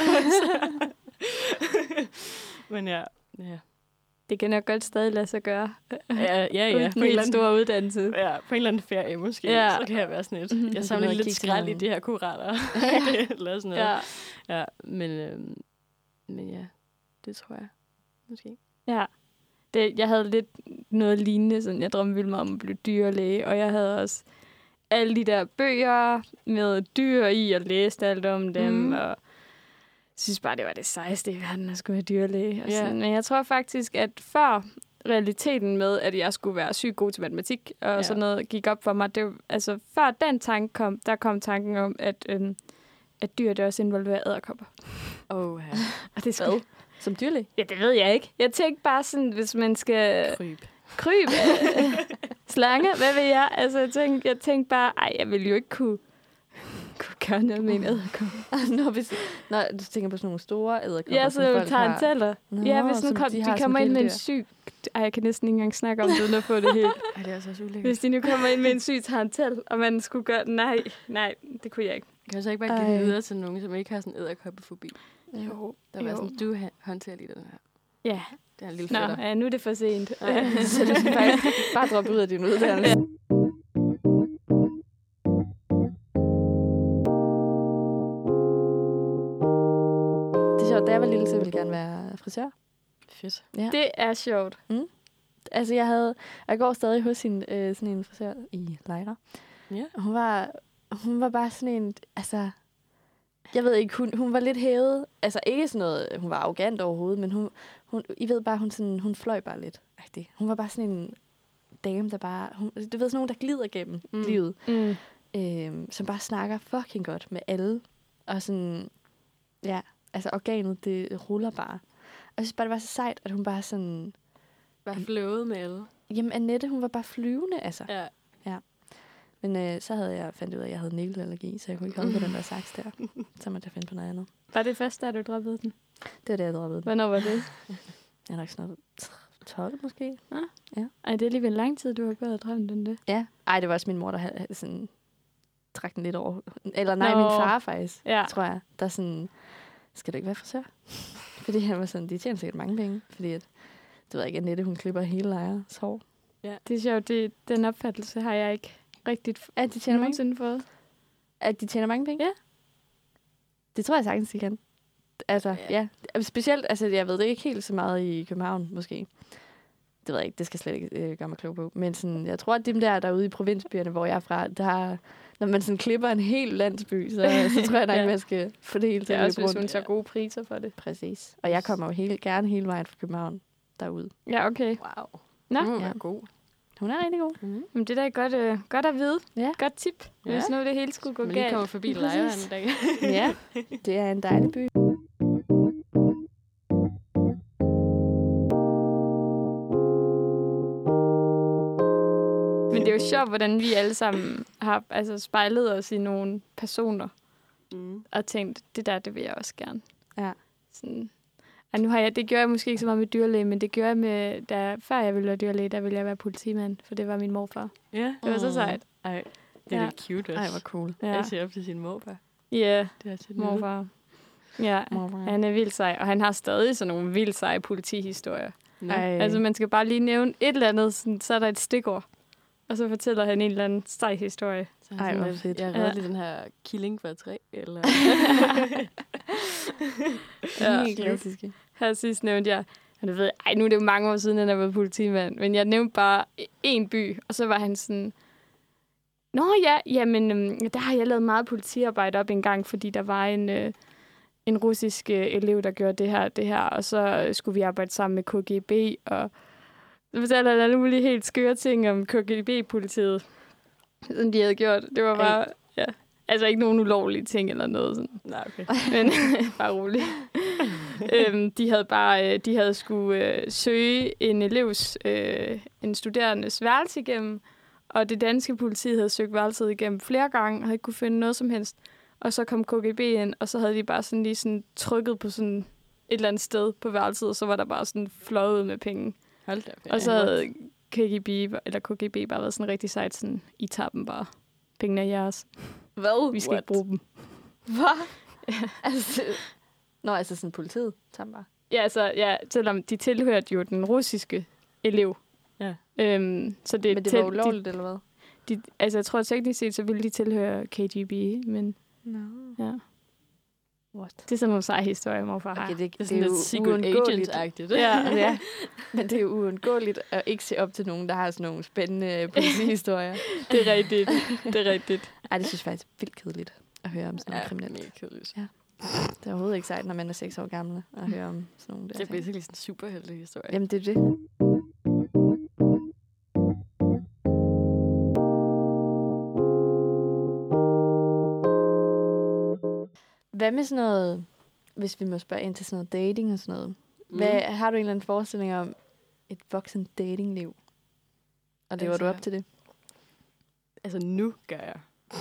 Men ja, ja. Det kan nok godt stadig lade sig gøre. Ja, ja, ja. Uden en helt stor uddannelse. Ja, på en eller anden ferie måske, Ja. så kan jeg være sådan lidt. Mhm. Jeg samler noget lidt kigge til skrald i noget. de her koraller. Eller sådan noget. Ja. Ja, men, øhm, men ja, det tror jeg. Måske. Ja. Det, jeg havde lidt noget lignende, sådan jeg drømte vildt meget om at blive dyrlæge, og jeg havde også alle de der bøger med dyr i, og læste alt om dem, Mhm. og jeg synes bare, det var det sejeste i verden, at skulle være dyrlæge. Og Ja. sådan. Men jeg tror faktisk, at før realiteten med, at jeg skulle være sygt god til matematik, og Ja. sådan noget gik op for mig, det var, altså før den tanke kom, der kom tanken om, at, øhm, at dyr det også involverer edderkopper. Åh, ja. Og det skulle, Som dyrlæge? ja, det ved jeg ikke. Jeg tænkte bare sådan, hvis man skal Kryb. kryb, øh, slange, hvad ved jeg? Altså, jeg tænkte, jeg tænkte bare, ej, jeg ville jo ikke kunne, kunne gøre noget med en edderkop. Nå, hvis, nå, du tænker på sådan nogle store æderkopper, Ja, som så folk tager en har. tæller. Nå, Ja, hvis nu som kom, de de, har de som kommer ind med en kæledyr. syg... Ej, jeg kan næsten ikke engang snakke om det, uden at få det helt. Ej, det er altså også ulækkert. Hvis de nu kommer ind med en syg tarantel, og man skulle gøre... Nej, nej, det kunne jeg ikke. Kan jeg så ikke bare give Ej. det videre til nogen, som ikke har sådan en edderkoppefobi? Jo, Der var sådan, du ha- håndterer lige den her. Ja. Det er en lille Nå, fætter. ja, nu er det for sent. Så du skal faktisk bare droppe ud af din uddannelse. Det er sjovt, da jeg var lille, så ville jeg gerne være frisør. Fedt. Ja. Det er sjovt. Altså, jeg havde... Jeg går stadig hos en, øh, sådan en frisør i Lejre. Ja. Og hun var, hun var bare sådan en... Altså, jeg ved ikke, hun, hun var lidt hævet. Altså, ikke sådan noget... Hun var arrogant overhovedet, men hun... hun I ved bare, hun, sådan, hun fløj bare lidt. Rigtig. Hun var bare sådan en dame, der bare... Hun, du ved, sådan nogen, der glider gennem Mm. mm. livet. Mm. Øh, som bare snakker fucking godt med alle. Og sådan... Ja, altså organet, det ruller bare. Og jeg synes bare, det var så sejt, at hun bare sådan... Bare fløvet med alle. Jamen, Annette, hun var bare flyvende, altså. Ja. Men øh, så havde jeg fandt ud af, at jeg havde næleallergi, så jeg kunne ikke holde på den der saks der. Så måtte jeg finde på noget andet. Var det først, da du droppede den? Det var det, jeg droppede den. Hvornår var det? Jeg er nok sådan noget tolv måske. Ej, det er alligevel lang tid, du har gået og drømt om det. Ja. Ej, det var også min mor, der havde sådan trak den lidt over. Eller nej, Nå. min far faktisk, Ja. tror jeg. Der sådan, skal du ikke være frisør? Fordi han var sådan, de tjener sikkert mange penge. Fordi at, det ved jeg ikke, Annette, hun klipper hele lejres hår. Det er sjovt, det, den opfattelse har jeg ikke rigtigt f- At de tjener mange, nogensinde fået. at de tjener mange penge? Ja. Det tror jeg sagtens, de kan. Altså, ja. ja. Specielt, altså, jeg ved det ikke helt så meget i København, måske. Det ved jeg ikke, det skal jeg slet ikke øh, gøre mig klog på. Men sådan, jeg tror, at dem der derude i provinsbyerne, hvor jeg er fra, der, når man sådan klipper en hel landsby, så, så tror jeg nok, Ja. man skal få det hele til Det er at også, løbe hvis hun rundt. tager gode priser for det. Præcis. Og jeg kommer jo helt, gerne hele vejen fra København derude. Ja, okay. Wow. Nå, Det må Ja. være god. Hun er rigtig god. Mm. men det er da godt, øh, godt at vide. Ja. Godt tip, Ja. hvis nu det hele skulle gå Men lige galt. kommer forbi Præcis. lejren en dag. Ja, det er en dejlig by. jo sjovt, hvordan vi alle sammen har altså, spejlet os i nogle personer. Mm. Og tænkt, det der, det vil jeg også gerne. Ja. Sådan. Og nu har jeg, det gjorde jeg måske ikke så meget med dyrlæge, men det gjorde jeg med, da, før jeg ville være dyrlæge, der ville jeg være politimand, for det var min morfar. Ja. Det var så sejt. Ej, det er ja. lidt cute også. Ej, hvor cool. Ja. Jeg ser op til sin morfar. Ja, yeah. Det er til morfar. Ja, morfar. Han er vildt sej, og han har stadig sådan nogle vildt seje politihistorier. Ej. Altså, man skal bare lige nævne et eller andet, sådan, så er der et stikord. Og så fortæller han en eller anden sej historie. Så Ej, hvor fedt. Jeg redder ja. lige den her killing for et træ, eller... ja, helt klassiske. Her sidst nævnte jeg, og det ved jeg, ej, nu er det jo mange år siden, han har været politimand, men jeg nævnte bare en by, og så var han sådan, nå ja, jamen, øhm, der har jeg lavet meget politiarbejde op en gang, fordi der var en, øh, en russisk øh, elev, der gjorde det her det her, og så skulle vi arbejde sammen med K G B, og så fortalte han alle mulige helt skøre ting om K G B-politiet, som de havde gjort. Det var bare, ja, altså ikke nogen ulovlige ting eller noget sådan. Nej, okay. Men bare roligt. øhm, de havde bare, de havde skulle øh, søge en elevs, øh, en studerendes værelse igennem, og det danske politi havde søgt værelset igennem flere gange, og havde ikke kunne finde noget som helst. Og så kom K G B ind, og så havde de bare sådan lige sådan trykket på sådan et eller andet sted på værelset, og så var der bare sådan fløjet ud med penge. Hold da. Og så havde K G B, eller K G B bare været sådan rigtig sejt, sådan, I tager dem bare. Pengene er jeres. Hvad? Vi skal What? ikke bruge dem. Hvad? Ja. Altså, nå, altså sådan politiet tager dem bare. Ja, altså, ja, selvom de tilhørte jo den russiske elev. Ja. Øhm, så det men det tæt, var ulovligt, de, eller hvad? De, altså, jeg tror teknisk set, så ville de tilhøre K G B, men no. ja. What? Det er sådan nogle seje historier, morfar har. Okay, det, det er sådan lidt secret agent-agtigt. Ja, ja, men det er jo uundgåeligt at ikke se op til nogen, der har sådan nogle spændende politihistorier. Det er rigtigt. Det er rigtigt. Ej, det synes jeg faktisk er vildt kedeligt at høre om sådan noget ja, kriminelt. Ja, kedeligt. Ja. Det er overhovedet ikke sejt, når man er seks år gammel, at høre om sådan nogle der. Det er basically sådan en superheldig historie. Jamen, det er det. Hvad med sådan noget, hvis vi må spørge ind til sådan noget dating og sådan noget? Mm. Hvad, har du en eller anden forestilling om et voksen datingliv? Og lever altså, du op til det? Altså, nu gør jeg.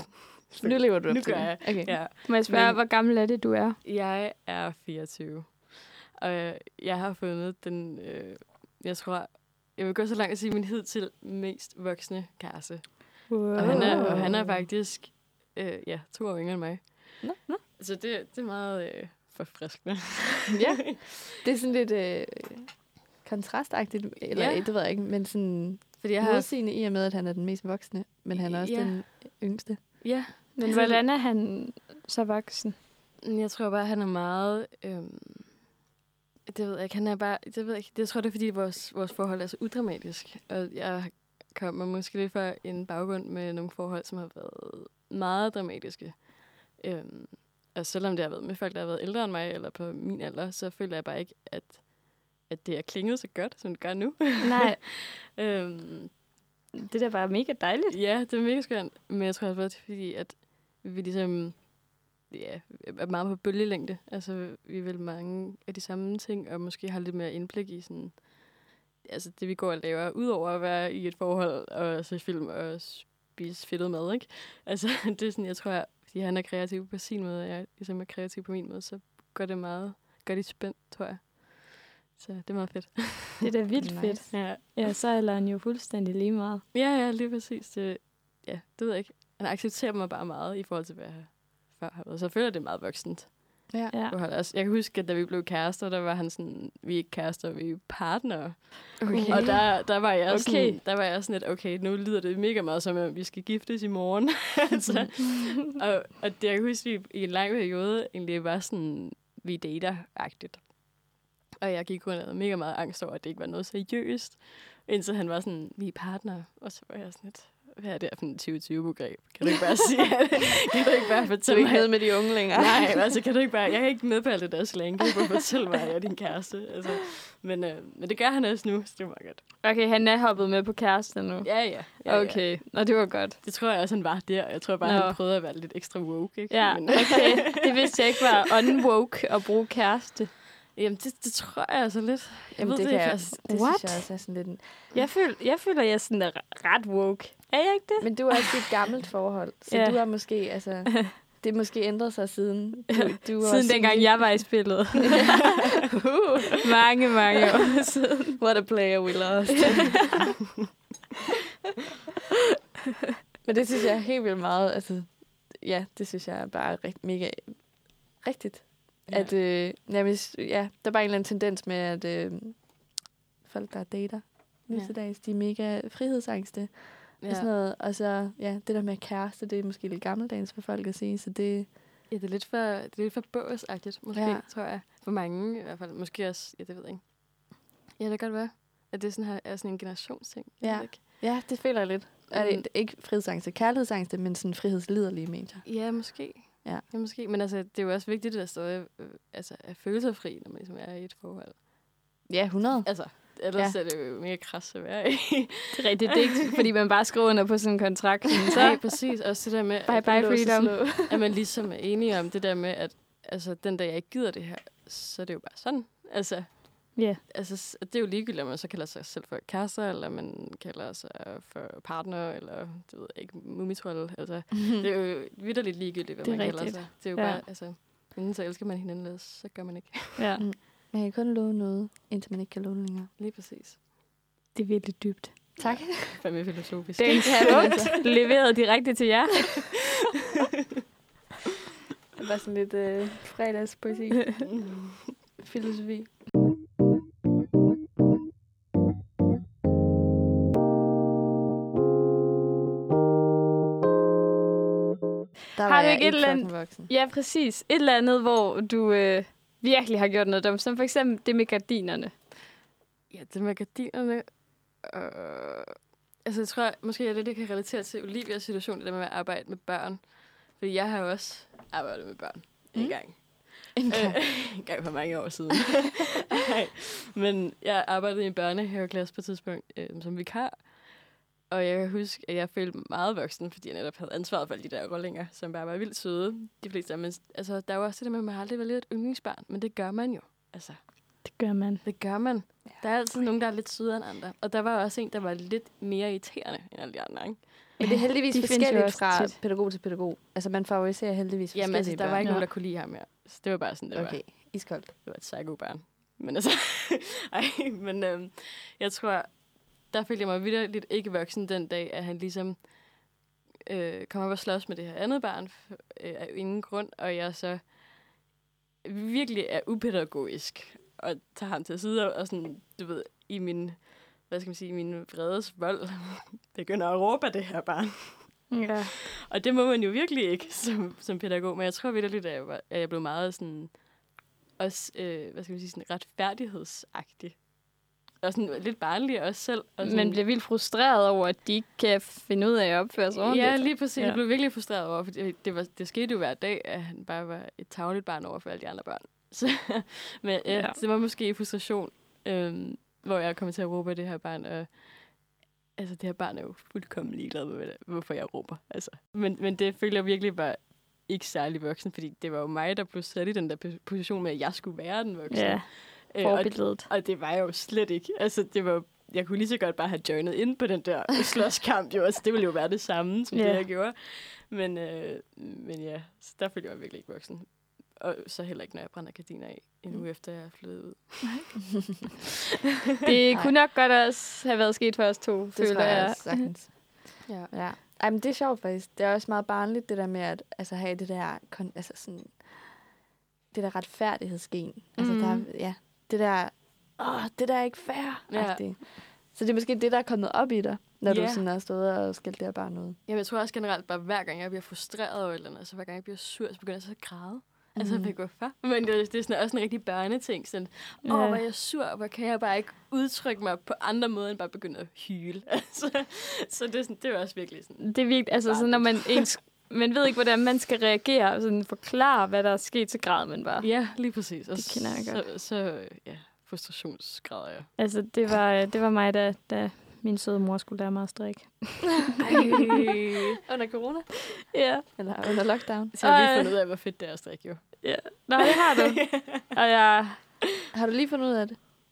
Nu lever du op nu til gør det? Jeg. Okay. Ja. Må jeg spørge, Men, hvor gammel er det, du er? Jeg er fireogtyve. Og jeg har fundet den, øh, jeg tror, jeg vil gå så langt at sige, min hidtil mest voksne kæreste. Wow. Og han er, og han er faktisk, øh, ja, to år yngre end mig. Nå, nå. Så det, det er meget øh, forfriskende. Ja, det er sådan lidt øh, kontrastagtigt, eller ja. det ved jeg ikke, men sådan Fordi jeg har modsigende i og med, at han er den mest voksne, men han er også ja. den yngste. Ja. Men altså, hvordan er han så voksen? Jeg tror bare, han er meget... Øhm, det ved jeg ikke. Han er bare... Det ved jeg ikke. Det tror jeg, det er, fordi vores, vores forhold er så udramatisk. Og jeg kommer måske lidt fra en baggrund med nogle forhold, som har været meget dramatiske. Øhm, og selvom det har været med folk, der har været ældre end mig, eller på min alder, så føler jeg bare ikke, at, at det er klinget så godt, som det gør nu. Nej. øhm, det der bare mega dejligt. Ja, det er mega skønt. Men jeg tror også bare, det er fordi, at vi ligesom... Ja, er meget på bølgelængde. Altså, vi vil mange af de samme ting, og måske har lidt mere indblik i sådan, altså det, vi går og laver, udover at være i et forhold, og se film og spise fedtet mad, ikke? Altså, det er sådan, jeg tror, at fordi han er kreativ på sin måde, og jeg ligesom er kreativ på min måde, så gør det meget, gør det spændt, tror jeg. Så det er meget fedt. Det er da vildt nice. fedt. Ja. Ja, så er han jo fuldstændig lige meget. Ja, ja, lige præcis. Det, ja, det ved jeg ikke. Han accepterer mig bare meget i forhold til, hvad jeg før har været. Så jeg føler, det er meget voksent. Ja. Ja. Jeg kan huske, at da vi blev kærester, der var han sådan, vi er ikke kærester, vi er partnere. Okay. Og der, der, var jeg Okay. sådan, der var jeg sådan lidt, okay, nu lyder det mega meget som, at vi skal giftes i morgen. altså, og, og det, jeg kan huske, at vi i en lang periode egentlig var sådan, vi dater-agtigt. Og jeg gik rundt og havde mega meget angst over, at det ikke var noget seriøst. Indtil han var sådan, vi er partnere. Og så var jeg sådan lidt, hvad er det for en tyve tyve-begreb? Kan du ikke bare sige det? Kan du ikke bare Du er fortælle ikke mig? med med de unge længere. Nej, altså kan du ikke bare... Jeg er ikke med på alt det der slang. Kan du bare fortælle mig, at jeg er din kæreste? Altså, men, øh, men det gør han også nu, så det var godt. Okay, han er hoppet med på kæresten nu. Ja, ja. ja Okay, og det var godt. Det tror jeg også, han var der. Jeg tror bare, Nå. han prøvede at være lidt ekstra woke. Ikke? Ja, Men, okay. Det vidste jeg ikke var unwoke at bruge kæreste. Jamen, det, det tror jeg altså lidt. Jeg Jamen, ved det, det kan ikke. jeg, også- det What? synes jeg også er sådan lidt en... Jeg føler, jeg føler, jeg er sådan er ret woke. Er jeg ikke det? Men du er også i et gammelt forhold, så Ja. du har måske, altså... Det er måske ændret sig siden. Du, du er Siden også dengang en- jeg var i spillet. uh, mange, mange år siden. what a player we lost. Men det synes jeg er helt vildt meget, altså... Ja, det synes jeg er bare rigt, mega rigtigt. Ja. At, øh, ja, hvis, ja, der er bare en eller anden tendens med, at øh, folk, der dater nu Ja. til dags, de er mega frihedsangste. Ja. Og sådan noget. Og så, ja, det der med kæreste, det er måske lidt gammeldags for folk at sige, så det... Ja, det er lidt for, det er lidt for båsagtigt, måske, Ja. ja. tror jeg. For mange i hvert fald. Måske også, ja, det ved jeg ikke. Ja, det kan godt være, at det sådan her, er sådan en generationsting. Jeg Ja. ved ikke. Ja, det føler jeg lidt. Mm. Er det ikke frihedsangste, kærlighedsangste, men sådan frihedsliderlige medier. Ja, måske. Ja. ja, måske. Men altså, det er jo også vigtigt, at der står, øh, altså, er følelsesfri, når man ligesom er i et forhold. Ja, hundrede. Altså, ellers Ja. ja. er det jo mega krass at være i. Det er rigtigt. Det er ikke, fordi man bare skriver under på sådan en kontrakt. Sådan, så Nej, præcis. Også det der med, bye at, bye Lås og freedom. slå. at man ligesom er enige om det der med, at altså, den dag jeg ikke gider det her, så er det jo bare sådan. Altså, Ja. altså, s- det er jo ligegyldigt, om man så kalder sig selv for kærester, eller man kalder sig for partner, eller det ved jeg ikke, mumitrolle. Altså, det er jo vitterligt ligegyldigt, hvad Det er man kalder rigtigt. sig. Det er jo Ja. bare, altså, enten så elsker man hinanden, eller så gør man ikke. Ja, Man kan kun love noget, indtil man ikke kan love det længere. Lige præcis. det er virkelig dybt. Tak. Fandme filosofisk. Det er en smukt leveret direkte til jer. Det var sådan lidt øh, fredagspoesi. Filosofi. Der Har du jeg ikke et eller andet- fucking voksen. Ja, præcis. Et eller andet, hvor du øh, virkelig har gjort noget dumt. Som for eksempel det med gardinerne. Ja, det med gardinerne. Øh, altså, jeg tror, måske jeg lidt jeg kan relatere til Olivias situation, det der med at arbejde med børn. Fordi jeg har jo også arbejdet med børn Mm. en gang. En gang. Øh, en gang for mange år siden. Nej, men jeg arbejdede i en børnehaveklasse på et tidspunkt øh, som vikar. Og jeg kan huske, at jeg følte mig meget voksen, fordi jeg netop havde ansvaret for alle de der rollinger, som bare var vildt søde. De fleste af dem. Men altså, der var også det der med, at man har aldrig været lidt et yndlingsbarn, men det gør man jo. Altså, Det gør man. det gør man. Ja. Der er altid nogen, der er lidt sødere end andre. Og der var også en, der var lidt mere irriterende end alle de andre, ikke? Men det er heldigvis De findes jo forskelligt også fra tit. pædagog til pædagog. Altså, man favoriserer heldigvis Jamen forskellige altså, der var børn. ikke Ja. nogen, der kunne lide ham mere. Så det var bare sådan, det var. Okay, iskoldt. Det var et psyko-barn. Men altså, ej, men øhm, jeg tror, der følte jeg mig vitterligt ikke voksen den dag, at han ligesom øh, kom op og slås med det her andet barn øh, af ingen grund, og jeg så virkelig er upædagogisk og tager ham til side og sådan, du ved, i min, hvad skal man sige, min vredes vold, begynder at råbe af det her barn. Ja. Og det må man jo virkelig ikke som, som pædagog, men jeg tror vitterligt, at jeg, var, at jeg blev meget sådan, også, øh, hvad skal man sige, sådan retfærdighedsagtig. Og sådan lidt barnlig også selv. Og sådan, Man bliver vildt frustreret over, at de ikke kan finde ud af at opføre sig ordentligt. ja, lige præcis. Ja. Ja. Jeg blev virkelig frustreret over, for det, det, var, det skete jo hver dag, at han bare var et tarveligt barn over for alle de andre børn. Så, men ja, Ja. ja. det var måske frustration, øhm, hvor jeg kom til at råbe af det her barn, og altså, det her barn er jo fuldkommen ligeglad med, hvad- hvorfor jeg råber. Altså. Men, men det følte jeg virkelig var ikke særlig voksen, fordi det var jo mig, der blev sat i den der p- position med, at jeg skulle være den voksne. Ja, Øh, og, forbilledet. og det var jeg jo slet ikke. Altså, det var, jeg kunne lige så godt bare have joinet ind på den der slåskamp. Jo. Altså, det ville jo være det samme, som Ja. yeah. det, jeg gjorde. Men, øh, men ja, så der følte jeg mig virkelig ikke voksen. Og så heller ikke, når jeg brænder gardiner af en uge efter, jeg er flyttet ud. Det kunne nok godt også have været sket for os to, Det føler tror jeg jeg. også sagtens. Ja. Ja. Ej, men det er sjovt faktisk. Det er også meget barnligt, det der med at altså, have det der, kon- altså sådan, det der retfærdighedsgen. Altså, Mhm. der, er- ja, det der, åh, det der er ikke fair. Ja. Ja. Så det er måske det, der er kommet op i dig, når Ja. du sådan har stået og skældt det her barn ud. Jamen, jeg tror også generelt, bare hver gang jeg bliver frustreret over et eller andet, altså hver gang jeg bliver sur, så begynder jeg så at græde. Mm. Altså, Mhm. jeg ved hvorfor. Men det, det er sådan, også en rigtig børneting. Sådan, åh, Ja. hvor er jeg sur, og hvor kan jeg bare ikke udtrykke mig på andre måder, end bare begynde at hyle. Altså, så det er, sådan, det er også virkelig sådan. Det er virkelig, altså sådan, når man ens, man ved ikke, hvordan man skal reagere, og sådan forklare, hvad der er sket, så græder man bare. Ja, lige præcis. Og Det kender jeg godt. Så, så ja, frustrationsgrader jeg. Altså, det var, det var mig, da, da min søde mor skulle lære mig at strikke. Under corona? Ja. Eller under lockdown? Så har jeg Ej. lige fundet ud af, hvor fedt det er at strikke, jo. ja. Nå, det har du. Og jeg, Har du lige fundet ud af det?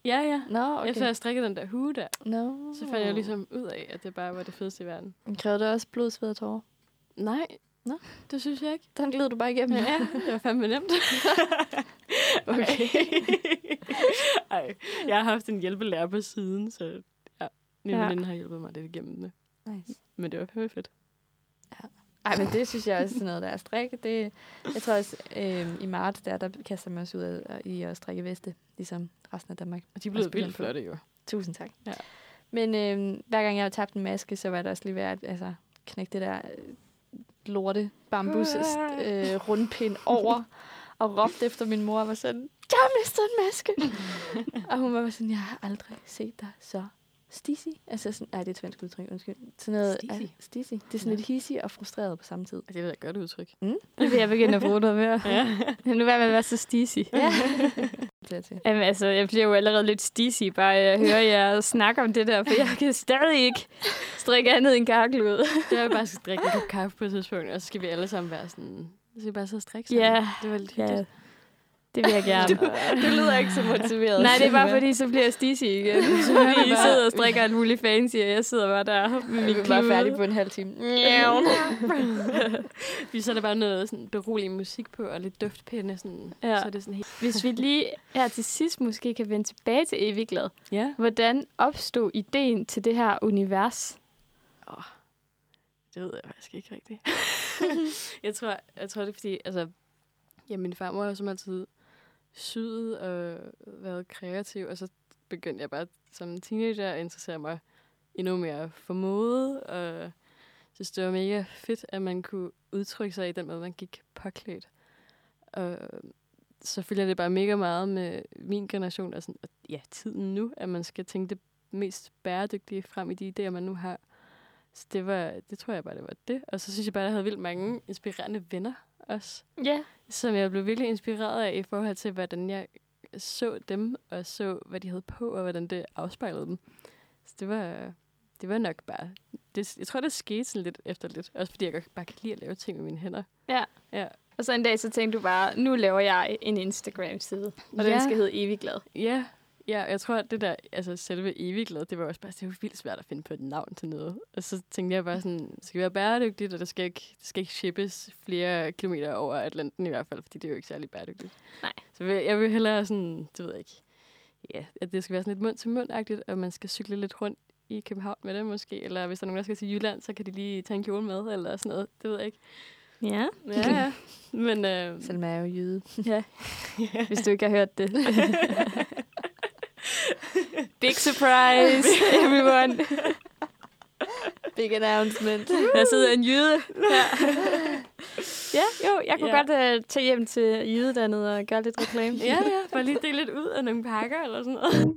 Ja, ja. Nå, okay. Efter jeg strikkede den der hue der, Nå. så fandt jeg ligesom ud af, at det bare var det fedeste i verden. Krævede det også blod, sved og tårer? Nej, Nå. det synes jeg ikke. Den gled du bare igennem. Ja, det var fandme nemt. Okay. Ej, jeg har haft en hjælpelærer på siden, så ja, min Ja. veninde har hjulpet mig lidt igennem det. Nice. Men det var fandme fedt. Ej, men det synes jeg også er sådan noget, der er strikke. Det, jeg tror også, øh, i marts, der, der kaster man også ud af i at strikke veste, ligesom resten af Danmark. Og de Også blev på vildt den flotte jo. Tusind tak. Ja. Men øh, hver gang jeg har tabt en maske, så var det også lige værd at altså, knække det der øh, lorte bambus øh, rundpind over og råbte efter min mor og var sådan, jeg har mistet en maske. Og hun var sådan, jeg har aldrig set dig så stissy. Altså sådan, nej, det er et svensk udtryk, undskyld. Sådan noget, Stissy? ah, stissy. Det er sådan Ja. lidt hissig og frustreret på samme tid. Det er da et godt udtryk. Det vil jeg begynde at bruge noget mere. Ja. Nu vil jeg være så stisy. Ja. Til til. Jamen, altså, jeg bliver jo allerede lidt stisy, bare at høre jer snakke om det der, for jeg kan stadig ikke strikke andet end kakkelud. Det er jo bare at drikke en kop kaffe på et tidspunkt, og så skal vi alle sammen være sådan, så skal vi bare sidde og strikke sammen. Ja. Det var lidt Ja, hyggeligt. det vil jeg gerne. Du lyder ikke så motiveret. Nej, det er bare fordi, så bliver jeg stisy igen. Så vi sidder og strikker alt muligt fancy, og jeg sidder bare der med Vi min er bare klude. færdige på en halv time. Vi så er der bare noget sådan beroligende musik på, og lidt duftpinde, sådan, Ja. så er det sådan helt... Hvis vi lige her til sidst måske kan vende tilbage til Evigglad. Ja. Hvordan opstod ideen til det her univers? Oh, det ved jeg faktisk ikke rigtigt. jeg, tror, jeg tror, det er fordi, altså, ja, min farmor har som altid syet og været kreativ, og så begyndte jeg bare som teenager at interessere mig endnu mere for mode, og jeg synes, det var mega fedt, at man kunne udtrykke sig i den måde, man gik påklædt. Og så følger det bare mega meget med min generation, og, sådan, og ja, tiden nu, at man skal tænke det mest bæredygtige frem i de idéer, man nu har. Så det var, det tror jeg bare, det var det. Og så synes jeg bare, at jeg havde vildt mange inspirerende venner også, Ja. som jeg blev virkelig inspireret af i forhold til, hvordan jeg så dem, og så, hvad de havde på, og hvordan det afspejlede dem. Så det var, det var nok bare... Det, jeg tror, det skete sådan lidt efter lidt. Også fordi jeg godt bare kan lide at lave ting med mine hænder. Ja. Ja. Og så en dag, så tænkte du bare, nu laver jeg en Instagram-side, og Ja. den skal hedde Evigglad. Ja, ja, jeg tror, at det der, altså selve Evigglad, det var også bare, det var vildt svært at finde på et navn til noget. Og så tænkte jeg bare sådan, det skal være bæredygtigt, og det skal ikke, det skal ikke shippes flere kilometer over Atlanten i hvert fald, fordi det er jo ikke særlig bæredygtigt. Nej. Så vil, jeg vil hellere sådan, det ved jeg ikke, ja, at det skal være sådan lidt mund-til-mund-agtigt, og man skal cykle lidt rundt i København med det måske, eller hvis der er nogen, der skal til Jylland, så kan de lige tage en kjole med, eller sådan noget, det ved jeg ikke. Ja. Ja, ja. Men, øh, Selma er jo jyde. Ja, hvis du ikke har hørt det. Big surprise, everyone. Big announcement. Der sidder en jyde. Ja, ja jo, jeg kunne Ja. godt uh, tage hjem til jydedannet og gøre lidt reklame. ja, ja, bare lige dele lidt ud af nogle pakker, eller sådan noget.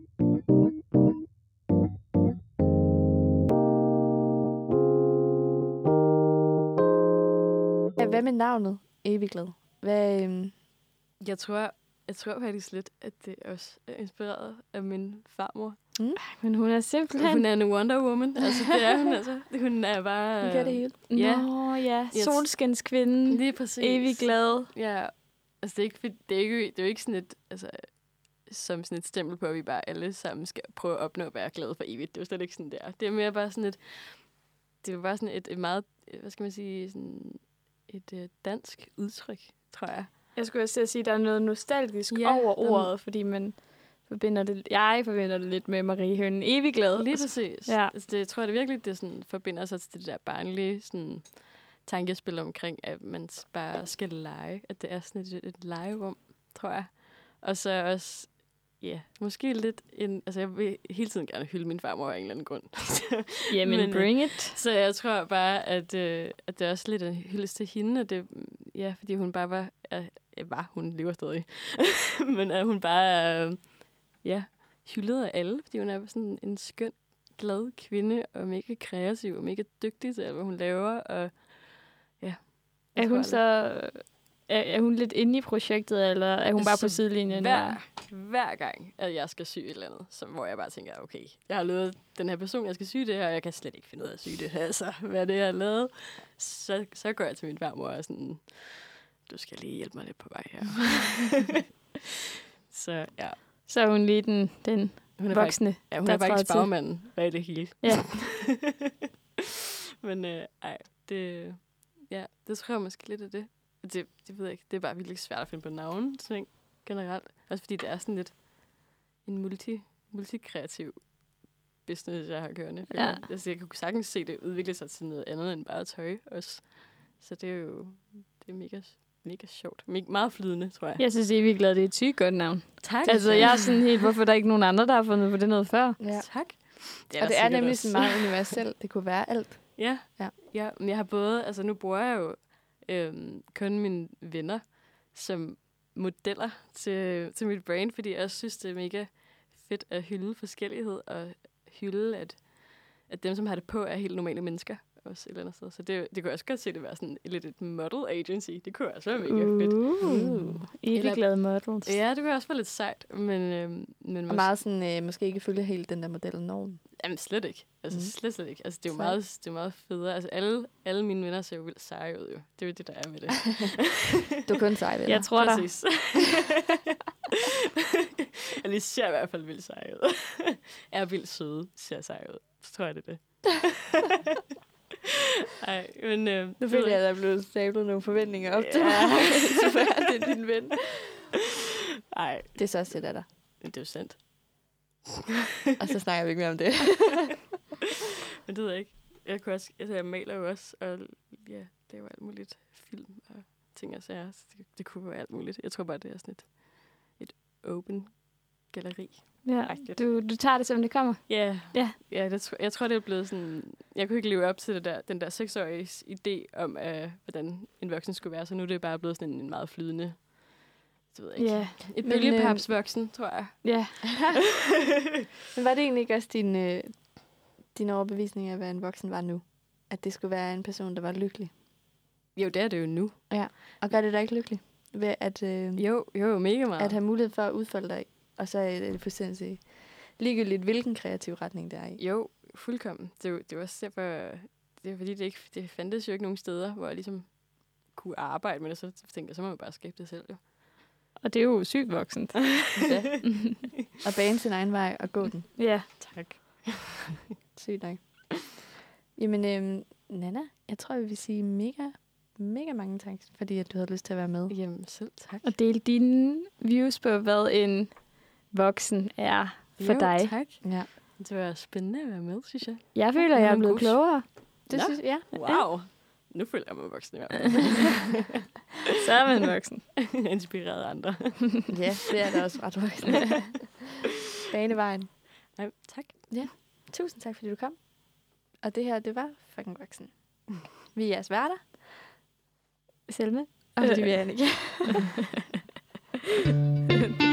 Ja, hvad med navnet? Evigglad. Hvad, øhm, Jeg tror, jeg tror faktisk lidt, at det også er inspireret af min farmor. Men hun er simpelthen... Hun er en Wonder Woman. Altså, det er hun altså. Hun er bare... hun gør det hele. Ja. Nå ja, Jeg- solskinskvinden, Lige præcis. evig glad. Ja. Altså, det er, ikke, det, er ikke, det er jo ikke sådan et... Altså, som sådan et stempel på, at vi bare alle sammen skal prøve at opnå at være glade for evigt. Det er jo slet ikke sådan, der. Det er mere bare sådan et... Det er bare sådan et, et meget... Hvad skal man sige? Sådan et uh, dansk udtryk, tror jeg. Jeg skulle også til at sige, at der er noget nostalgisk Ja, over der- ordet, fordi man forbinder det, jeg forbinder det lidt med Marie Hønen. Evig glad. Lige præcis. Ja. Altså, det jeg tror jeg det virkelig, det sådan, forbinder sig til det der barnlige sådan, tankespil omkring, at man s- bare skal lege. At det er sådan et, et legerum, tror jeg. Og så også, ja, måske lidt en... Altså, jeg vil hele tiden gerne hylde min farmor af en eller anden grund. Jamen, Men, øh, bring it. Så jeg tror bare, at, øh, at det er også lidt en hyldest til hende. Og det, ja, fordi hun bare var... Øh, var, hun lever stadig. Men at hun bare... Øh, ja, hyldet af alle, fordi hun er sådan en skøn, glad kvinde, og mega kreativ, og mega dygtig til alt, hvad hun laver, og ja. jeg Er tror, hun at så... Er, er hun lidt inde i projektet, eller er hun bare Altså, på sidelinjen? Hver, hver gang, at jeg skal sy et eller andet, så, hvor jeg bare tænker, okay, jeg har lavet den her person, jeg skal sy det her, og jeg kan slet ikke finde ud af at sy det her, så hvad er det, jeg har lavet? Så, så går jeg til min farmor og sådan, du skal lige hjælpe mig lidt på vej her. Så ja. Så er hun lige den, den Hun er voksne, faktisk, ja, hun der er faktisk træder til. bagmanden bag det hele. Ja. Men øh, ej, det, ja, det tror jeg måske lidt af det. det. Det ved jeg ikke. Det er bare virkelig svært at finde på navn, ting generelt. Også fordi det er sådan lidt en multi, multikreativ business, jeg har kørende. Ja. Jeg, altså, jeg kunne sagtens se det udvikle sig til noget andet end bare tøj også. Så det er jo det er mega, mega sjovt. Me- meget flydende, tror jeg. Jeg synes i virkeligheden, det er et sygt godt navn. Tak. Altså, jeg er sådan helt, hvorfor er der ikke nogen andre, der har fundet på det noget før? Ja. Tak. Det og det er nemlig sådan meget universelt. Det kunne være alt. Ja. Ja. ja, men jeg har både, altså nu bruger jeg jo øhm, kun mine venner som modeller til, til mit brand, fordi jeg også synes, det er mega fedt at hylde forskellighed, og hylde, at, at dem, som har det på, er helt normale mennesker også et eller andet sted. Så det, det kunne jeg også godt se, det var sådan lidt et model agency. Det kunne også være mega uh, fedt. Uh. Evig glade models. Ja, det kunne også være lidt sejt, men... øhm, men Og meget sådan, øh, måske ikke følge helt den der model norm. Jamen slet ikke. Altså Mm. slet, slet ikke. Altså det er jo Sejt. meget, det er meget federe. Altså alle, alle mine venner ser jo vildt seje ud jo. Det er jo det, der er med det. Du er kun sej, venner. Jeg tror da. Præcis. Eller de ser i hvert fald vildt seje ud. Er vildt søde, ser seje ud. Så tror jeg, det er det. Ej, men... Øh, Nu føler jeg, at der er blevet stablet nogle forventninger op til Ja. mig. Så er det din ven. Ej, Det er så også det, der er der. men det er jo sandt. Og så snakker vi ikke mere om det. Men det ved jeg ikke. Jeg, kunne også, altså, jeg maler jo også, og ja, det er jo alt muligt film og ting og sager. Så det, det kunne være alt muligt. Jeg tror bare, det er sådan et, et open galleri. Ja, Rigtigt. du, du tager det, som det kommer. Ja, Ja. ja det, tro- jeg tror, det er blevet sådan... Jeg kunne ikke leve op til det der, den der seksårige idé om, uh, hvordan en voksen skulle være. Så nu er det bare blevet sådan en, en meget flydende... Det ved jeg ikke. Ja, Et Men, bølgepapsvoksen, tror jeg. ja. Men var det egentlig ikke også din, øh, din overbevisning af, hvad en voksen var nu? At det skulle være en person, der var lykkelig? Jo, det er det jo nu. Og gør det dig ikke lykkelig? Ved at, øh, Jo, jo, mega meget. at have mulighed for at udfolde dig, og så er det fuldstændig ligegyldigt, hvilken kreativ retning det er i. Jo, fuldkommen. Det, er jo- det var også derfor... Det er fordi, det, ikke, det fandtes jo ikke nogen steder, hvor jeg ligesom kunne arbejde med det. Så tænkte jeg, så må man bare skabe det selv, jo. Og det er jo sygt voksent. Ja. Og bane sin egen vej og gå den. Ja. Tak. Sygt nok. Jamen, øhm, Nana, jeg tror, jeg vil sige mega, mega mange tak, fordi at du havde lyst til at være med. Jamen, selv tak. Og dele dine views på, hvad en voksen er for jo, dig. tak. Ja. Det var spændende at være med, synes jeg. Jeg føler, jeg er Nogle blevet gode- klogere. Det Nå. synes jeg, Wow. Nu føler jeg mig voksen i hvert fald. Så er man voksen. Inspireret af andre. ja. Ja, det er da også ret voksen. Banevejen. Nej, tak. Tusind tak, fordi du kom. Og det her, det var fucking voksen. Vi er jeres værter. Selve. Og det er Annika.